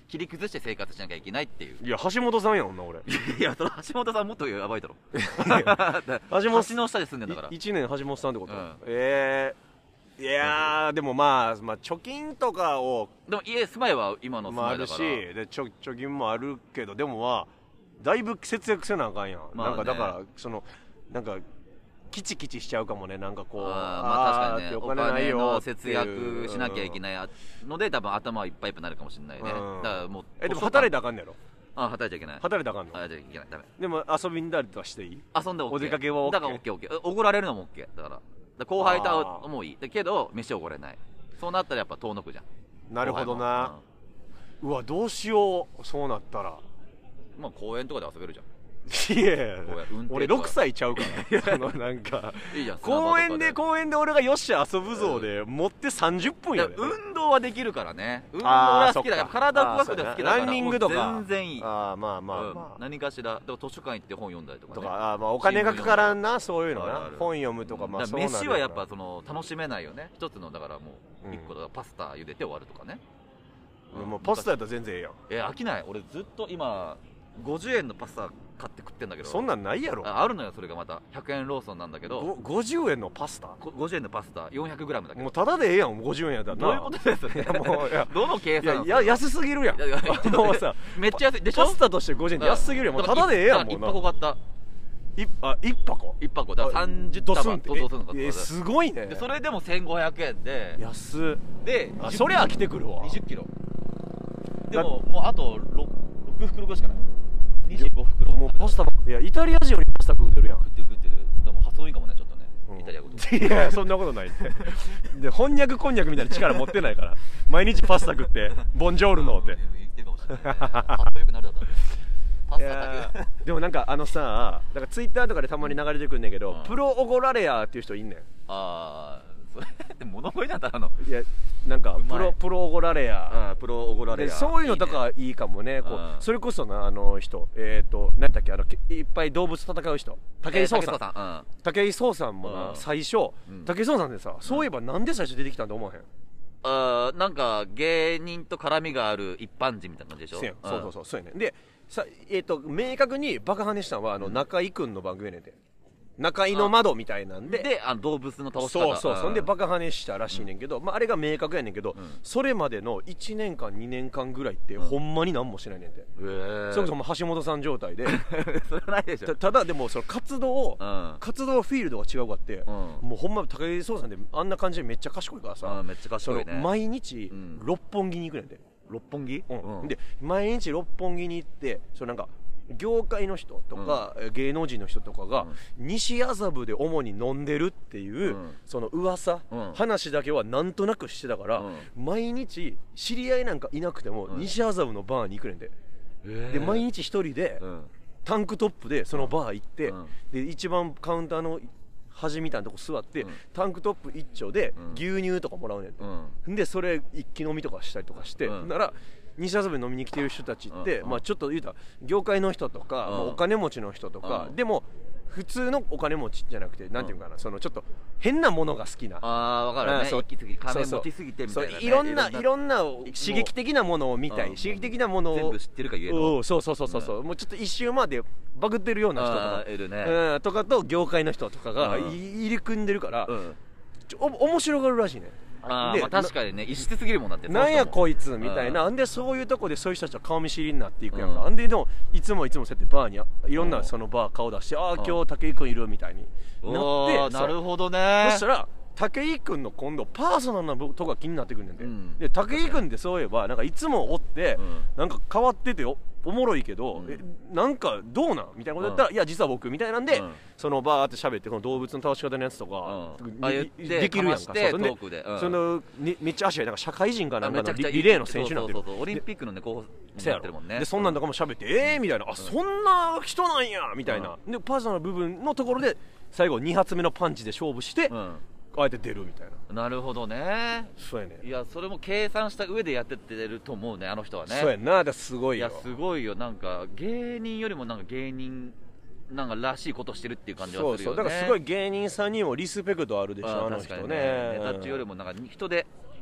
Speaker 3: 切り崩して生活しなきゃいけないっていう。
Speaker 2: いや橋本さんやんな俺。
Speaker 3: いやその橋本さんもっとやばいだろ。
Speaker 2: 橋本
Speaker 3: 橋の下で住んでんだから。
Speaker 2: いちねん橋本さんってこと、
Speaker 3: うん、
Speaker 2: ええー、いやーでもまあ、まあ、貯金とかを
Speaker 3: でも家住まいは今の住まいだから、
Speaker 2: まあ、あるしでちょ貯金もあるけどでもまあだいぶ節約せなあかんやん、まあね、なんかだからそのなんかキチキチしちゃうかもねなんかこう
Speaker 3: あまあ確かにねお金ないよの節約しなきゃいけないので多分頭いっぱいいっぱいになるかもしれないね、うん、だからもう
Speaker 2: えでも働いたらあかんねやろ。
Speaker 3: あ働いちゃいけない
Speaker 2: 働いたらあかんの。
Speaker 3: 働いちゃいけないダメ。
Speaker 2: でも遊びに出たりしていい。
Speaker 3: 遊んで OK
Speaker 2: お出かけは OK
Speaker 3: だから オーケーオーケー おごられるのも OK だからだ後輩と会うもいいだけど飯おごれない。そうなったらやっぱ遠のくじゃん。
Speaker 2: なるほどな、うん、うわどうしようそうなったら
Speaker 3: まあ公園とかで遊べるじゃん。
Speaker 2: いやいや俺ろくさいちゃうからそのなんか
Speaker 3: いいじゃん
Speaker 2: 公園で公園で俺がよっしゃ遊ぶぞで持ってさんじゅっぷんやで。
Speaker 3: 運動はできるからね。運動は好きだから体を動かすのは好きだから
Speaker 2: ランニングとか
Speaker 3: 全然いい。
Speaker 2: ああまあまあまあ、
Speaker 3: うん、何かしらでも図書館行って本読んだりとかね
Speaker 2: とかあまあお金がかからんなそういうのな本読むとかまあそうなる
Speaker 3: 飯はやっぱその楽しめないよね。一つのだからもう一個だからパスタ茹でて終わるとかね、
Speaker 2: うんうん、もうパスタやったら全然ええやん。
Speaker 3: え飽きない。俺ずっと今ごじゅうえんのパスタ買って食ってんだけど
Speaker 2: そんなんないやろ。
Speaker 3: あ, あるのよそれがまたひゃくえんローソンなんだけど
Speaker 2: ごじゅうえんのパスタ
Speaker 3: ごじゅうえんのパスタ よんひゃくグラム だけど
Speaker 2: もうただでええやんごじゅうえんやったらな。
Speaker 3: どういうことですね。
Speaker 2: もういや
Speaker 3: どの計算
Speaker 2: いや安すぎるやん。もうさ
Speaker 3: めっちゃ安いでしょ。
Speaker 2: パスタとしてごじゅうえんって安すぎるやん。もうただでええやんもう
Speaker 3: いっ箱買った
Speaker 2: いあいっ箱
Speaker 3: いっ箱だからさんじゅう
Speaker 2: ド
Speaker 3: 束
Speaker 2: スンって
Speaker 3: ドスンの買った
Speaker 2: えすごいね。
Speaker 3: でそれでもせんごひゃくえんで
Speaker 2: 安
Speaker 3: で
Speaker 2: あそりゃ飽きてくるわ。
Speaker 3: にじゅっキロでももうあと ろく袋ぐらいしかない。にじゅうご袋
Speaker 2: もうパスタばっかいやイタリア人よりパスタ食うてるやん。
Speaker 3: 食ってる食ってるでも発音いいかもねちょっとね、うん、イタリア語と
Speaker 2: いやそんなことないってで翻訳こんにゃくみたいな力持ってないから毎日パスタ食ってボンジョールノって
Speaker 3: 言ってるかもしれない発音よくなるだろパスタだけ
Speaker 2: でもなんかあのさだからツイッターとかでたまに流れてくんねんけど、
Speaker 3: うん、
Speaker 2: プロオゴラレアっていう人いんねん。
Speaker 3: ああそれって物声なんだあの
Speaker 2: いやなんかプロプロオゴラレア、
Speaker 3: うん、プロオゴラレア
Speaker 2: そういうのとかいいかもね。こうそれこそなあの人えっと何だっけあのいっぱい動物戦う人武井壮さん武井壮さんもな最初武井壮さんってさそういえばなんで最初出てきたんと思わへん。
Speaker 3: あなんか芸人と絡みがある一般人みたいな感じでしょ。
Speaker 2: そうそうそうそうやねんでさえっと明確にバカはねしたのはあの中居君の番組やねんて。中居の窓みたいなんで
Speaker 3: であの動物の倒し方
Speaker 2: そうそうそんでバカはねしたらしいねんけど、うん、まあ、あれが明確やねんけど、うん、それまでのいちねんかんにねんかんぐらいって、うん、ほんまに何もしてないねんて、へーそれこそも橋本さん状態で
Speaker 3: それはないでしょ。
Speaker 2: た, ただでもその活動を、うん、活動フィールドが違うかって、うん、もうほんま武井壮さんってあんな感じでめっちゃ賢いからさ、
Speaker 3: うん、めっちゃ賢いね。
Speaker 2: 毎日六本木に行くねんて、
Speaker 3: うん、六本木、
Speaker 2: うんうん、で毎日六本木に行ってそのなんか業界の人とか、うん、芸能人の人とかが、うん、西麻布で主に飲んでるっていう、うん、その噂、うん、話だけはなんとなくしてたから、うん、毎日知り合いなんかいなくても、うん、西麻布のバーに行くねんで、で毎日一人で、うん、タンクトップでそのバー行って、うん、で一番カウンターの端みたいなとこ座って、うん、タンクトップ一丁で牛乳とかもらうねんで、うん、でそれ一気飲みとかしたりとかして、うん、なら西麻布に飲みに来てる人たちって、うん、まあちょっと言うたら業界の人とか、うんまあ、お金持ちの人とか、うん、でも普通のお金持ちじゃなくてなんていうかな、うん、そのちょっと変なものが好きな
Speaker 3: あー分かるね、そう金持ちすぎてみたいな、ね、
Speaker 2: いろんないろんな刺激的なものを見たい、うん、刺激的なものを
Speaker 3: 全部知ってるか言える、
Speaker 2: そうそうそうそうそう、うん、もうちょっと一周までバグってるような人とか
Speaker 3: いるね、
Speaker 2: うん、とかと業界の人とかが入り組んでるから、うん、ちょお面白がるらしいね。
Speaker 3: あで、まあ、確かにね異質すぎるもんだって
Speaker 2: なんやこいつみたいな、んでそういうとこでそういう人たちは顔見知りになっていくやんか、うん、んででもいつもいつもそうやってバーにいろんなそのバー顔出して、うん、ああ今日武井君いるみたいになって、
Speaker 3: なるほどね。
Speaker 2: そしたら武井君の今度パーソナルなとこが気になってくるんで、うん、で武井君ってそういえばなんかいつもおって、うん、なんか変わってて お, おもろいけど、うん、えなんかどうなんみたいなこと言ったら、うん、いや実は僕みたいなんで、うん、そのバーって喋ってこの動物の倒し方のやつとか、うん、できるやんか、
Speaker 3: そうトークで、うん、
Speaker 2: そのにめっちゃ足がなんか社会人かなんかの リ, リレーの選手になってる、
Speaker 3: そうそうそうオリンピックのね候補になってるもんね。
Speaker 2: でそんなんとかも喋って、うん、えーみたいな、あそんな人なんやみたいな、うん、でパーソナル部分のところで最後に発目のパンチで勝負して、うんあえて出るみたいな。
Speaker 3: なるほどね。
Speaker 2: そうやね。
Speaker 3: いやそれも計算した上でやってってると思うねあの人はね。
Speaker 2: そうやな。だすごいよ。
Speaker 3: いやすごいよ。なんか芸人よりもなんか芸人なんからしいことしてるっていう感じがするよね。
Speaker 2: そうそうだからすごい芸人さんにもリスペクトあるでしょあの人ね。
Speaker 3: ネタ中よりもなんか人で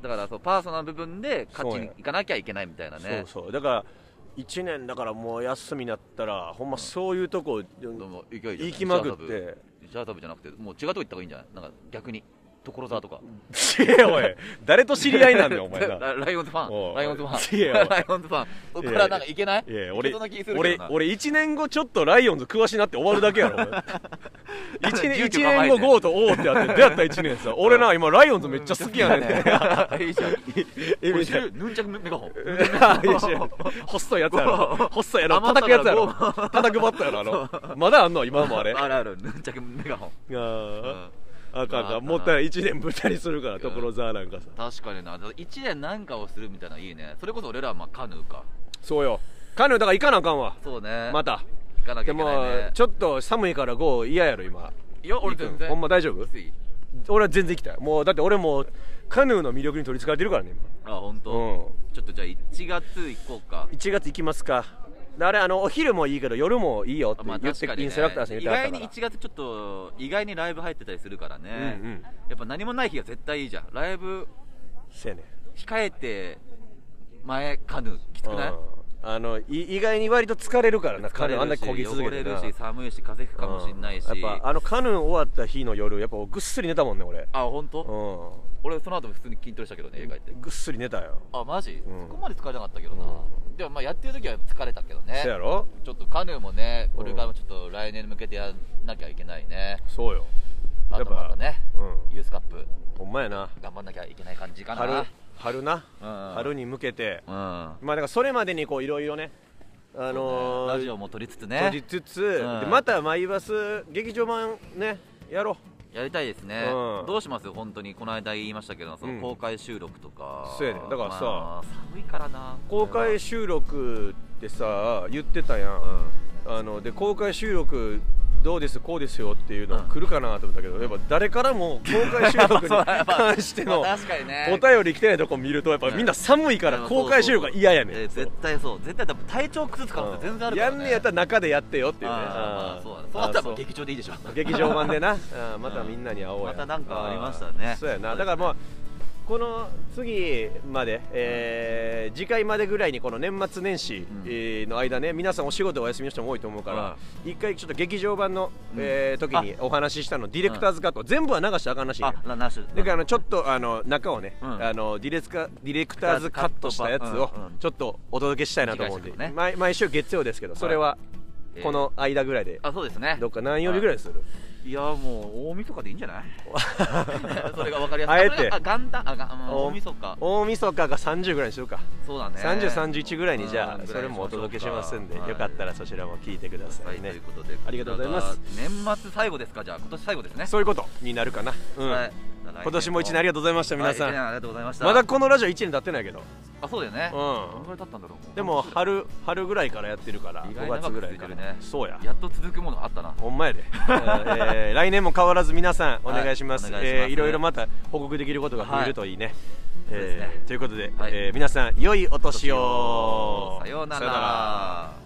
Speaker 3: だからそうパーソナル部分で勝ちに行かなきゃいけないみたいなね。
Speaker 2: そうそうだからいちねんだからもう休みになったらほんまそういうとこ行きまくって、
Speaker 3: 石原部じゃなくてもう違うとこ行った方がいいんじゃない？なんか逆に所沢とか。
Speaker 2: いやおい誰と知り合いなんだよお前な。
Speaker 3: ライオンズファンライオンズファン
Speaker 2: いや
Speaker 3: ライオンズファンそこからなんかいけない？
Speaker 2: いや俺
Speaker 3: いけそうな気するけ
Speaker 2: 俺
Speaker 3: どな。
Speaker 2: 俺いちねんごちょっとライオンズ詳しなって終わるだけやろいちねんいちねんごゴーとオーってやって出会ったいちねんさ俺な今ライオンズめっちゃ好きやねん
Speaker 3: いいじゃん。
Speaker 2: えみたいな
Speaker 3: ヌンチャクメガホン
Speaker 2: 細いやつやろ細いやろ叩くやつやろ叩くバットやろあのまだあんの今もあれ
Speaker 3: あるあるヌンチャクメガホン。
Speaker 2: ああかんかもったいないいちねん豚にするから所沢なんかさ。
Speaker 3: 確かにないちねんなんかをするみたいなのいいね。それこそ俺らはまあカヌーか。
Speaker 2: そうよカヌーだから行かなあかんわ。
Speaker 3: そうね
Speaker 2: また
Speaker 3: 行かなきゃいけないね。
Speaker 2: でもちょっと寒いからゴー嫌やろ今。
Speaker 3: いや俺全然
Speaker 2: ほんま大丈夫？
Speaker 3: きつい。
Speaker 2: 俺は全然行きたい。もうだって俺もうカヌーの魅力に取りつかれてるからね
Speaker 3: 今。あ本当。
Speaker 2: うん
Speaker 3: ちょっとじゃあいちがつ行こうか。
Speaker 2: いちがつ行きますか。あれあのお昼もいいけど夜もいいよって
Speaker 3: まあ
Speaker 2: 言って、
Speaker 3: 確かにね
Speaker 2: インストラクターさん
Speaker 3: 意
Speaker 2: 言ってはったから
Speaker 3: 外にいちがつちょっと意外にライブ入ってたりするからね、
Speaker 2: うんうん
Speaker 3: やっぱ何もない日が絶対いいじゃん。ライブ
Speaker 2: せやね
Speaker 3: 控えて前カヌーきつくない？
Speaker 2: うんあのい意外に割と疲れるからなカヌーあんなに漕ぎ続けてな。
Speaker 3: 汚れるし寒いし風吹くかもしんないし、
Speaker 2: うんやっぱあのカヌー終わった日の夜やっぱぐっすり寝たもんね俺。
Speaker 3: あ本当？
Speaker 2: うん
Speaker 3: 俺その後普通に筋トレしたけどね家帰って。
Speaker 2: ぐっすり寝たよ。
Speaker 3: あマジ、
Speaker 2: うん
Speaker 3: そこまで疲れなかったけどな、でもまあやってる時は疲れたけどね。
Speaker 2: せやろ。
Speaker 3: ちょっとカヌーもね
Speaker 2: うん
Speaker 3: これからもちょっと来年に向けてやんなきゃいけないね。
Speaker 2: そうよ
Speaker 3: あとまたね、
Speaker 2: うん
Speaker 3: ユースカップ
Speaker 2: ほんまやな。
Speaker 3: 頑張んなきゃいけない感じかな。
Speaker 2: 春春な、
Speaker 3: うん
Speaker 2: 春に向けて
Speaker 3: うん
Speaker 2: まあだからそれまでにこういろいろねあのー
Speaker 3: ラジオも撮りつつね
Speaker 2: 撮りつつ、
Speaker 3: うん
Speaker 2: でまたマイバス劇場版ねやろ
Speaker 3: やりたいですね、
Speaker 2: うん
Speaker 3: どうします本当にこの間言いましたけどそ
Speaker 2: うん
Speaker 3: の公開収録とか、
Speaker 2: そうやねだからさ
Speaker 3: まあ寒いからな
Speaker 2: う。公開収録ってさ言ってたやん、
Speaker 3: うん
Speaker 2: あので公開収録どうですこうですよっていうの来るかなと思ったけど、やっぱ誰からも公開収録に関しての
Speaker 3: まあ確かにね
Speaker 2: お便り来てないとこ見るとやっぱみんな寒いから公開収録が嫌やねん。
Speaker 3: えー絶対そう絶対多分体調崩す可能性全然あるからね。
Speaker 2: やんねやったら中でやってよっていうね。
Speaker 3: あーまあそうだね。
Speaker 2: あー
Speaker 3: そうなったらもう
Speaker 2: そう
Speaker 3: 劇場でいいでしょ。
Speaker 2: 劇場版でな、うんまたみんなに会おうや。
Speaker 3: またなんかありましたね
Speaker 2: あーそうやな。だからもうこの次まで、えー次回までぐらいにこの年末年始、
Speaker 3: ん
Speaker 2: えーの間ね皆さんお仕事お休みの人も多いと思うから、一回ちょっと劇場版の、えー時にお話ししたのディレクターズカット、全部は流してあかんらしいね。
Speaker 3: あななし
Speaker 2: だからあのちょっとあの中をね、
Speaker 3: うん
Speaker 2: あのディレクタディレクターズカットしたやつを
Speaker 3: うんうん
Speaker 2: ちょっとお届けしたいなと思うんで、
Speaker 3: 短い尺ね
Speaker 2: 毎毎週月曜ですけどそれは
Speaker 3: えー
Speaker 2: この間ぐらいで、
Speaker 3: あそうですね。
Speaker 2: どっか何曜日ぐらいする？
Speaker 3: いやもう大晦日でいいんじゃない？それが分かりやすい。
Speaker 2: あえて
Speaker 3: あ元旦あがうん大晦日。
Speaker 2: 大晦日かさんじゅうぐらいにしようか。
Speaker 3: そうだね。
Speaker 2: さんじゅう、さんじゅういちぐらいにじゃ
Speaker 3: うん
Speaker 2: あそれもお届けしますんで、
Speaker 3: はい
Speaker 2: よかったらそちらも聞いてくださ
Speaker 3: はいいと
Speaker 2: ね
Speaker 3: いう。ことで
Speaker 2: ありがとうございます。
Speaker 3: 年末最後ですか？じゃあ今年最後ですね。
Speaker 2: そういうことになるかな。うん
Speaker 3: はい
Speaker 2: 今年も一年ありがとうございました皆さん。
Speaker 3: はい一年ありがとうございました。
Speaker 2: まだこのラジオいちねん経ってないけど、
Speaker 3: あそうだよね。
Speaker 2: うん
Speaker 3: どのぐらい経ったんだろう。
Speaker 2: でも春春ぐらいからやってるから
Speaker 3: 意
Speaker 2: ご
Speaker 3: 外に長く
Speaker 2: がつぐらいから
Speaker 3: 続いてるね。
Speaker 2: そうや。
Speaker 3: やっと続くものがあったな。
Speaker 2: ほんまやで、えー来年も変わらず皆さんお願いします。
Speaker 3: はいお願いします
Speaker 2: えーいろいろまた報告できることが増えるといいね。
Speaker 3: そうですね
Speaker 2: えーということで、
Speaker 3: はい
Speaker 2: えー皆さん良いお年を。
Speaker 3: さような
Speaker 2: さようなら。
Speaker 3: ら。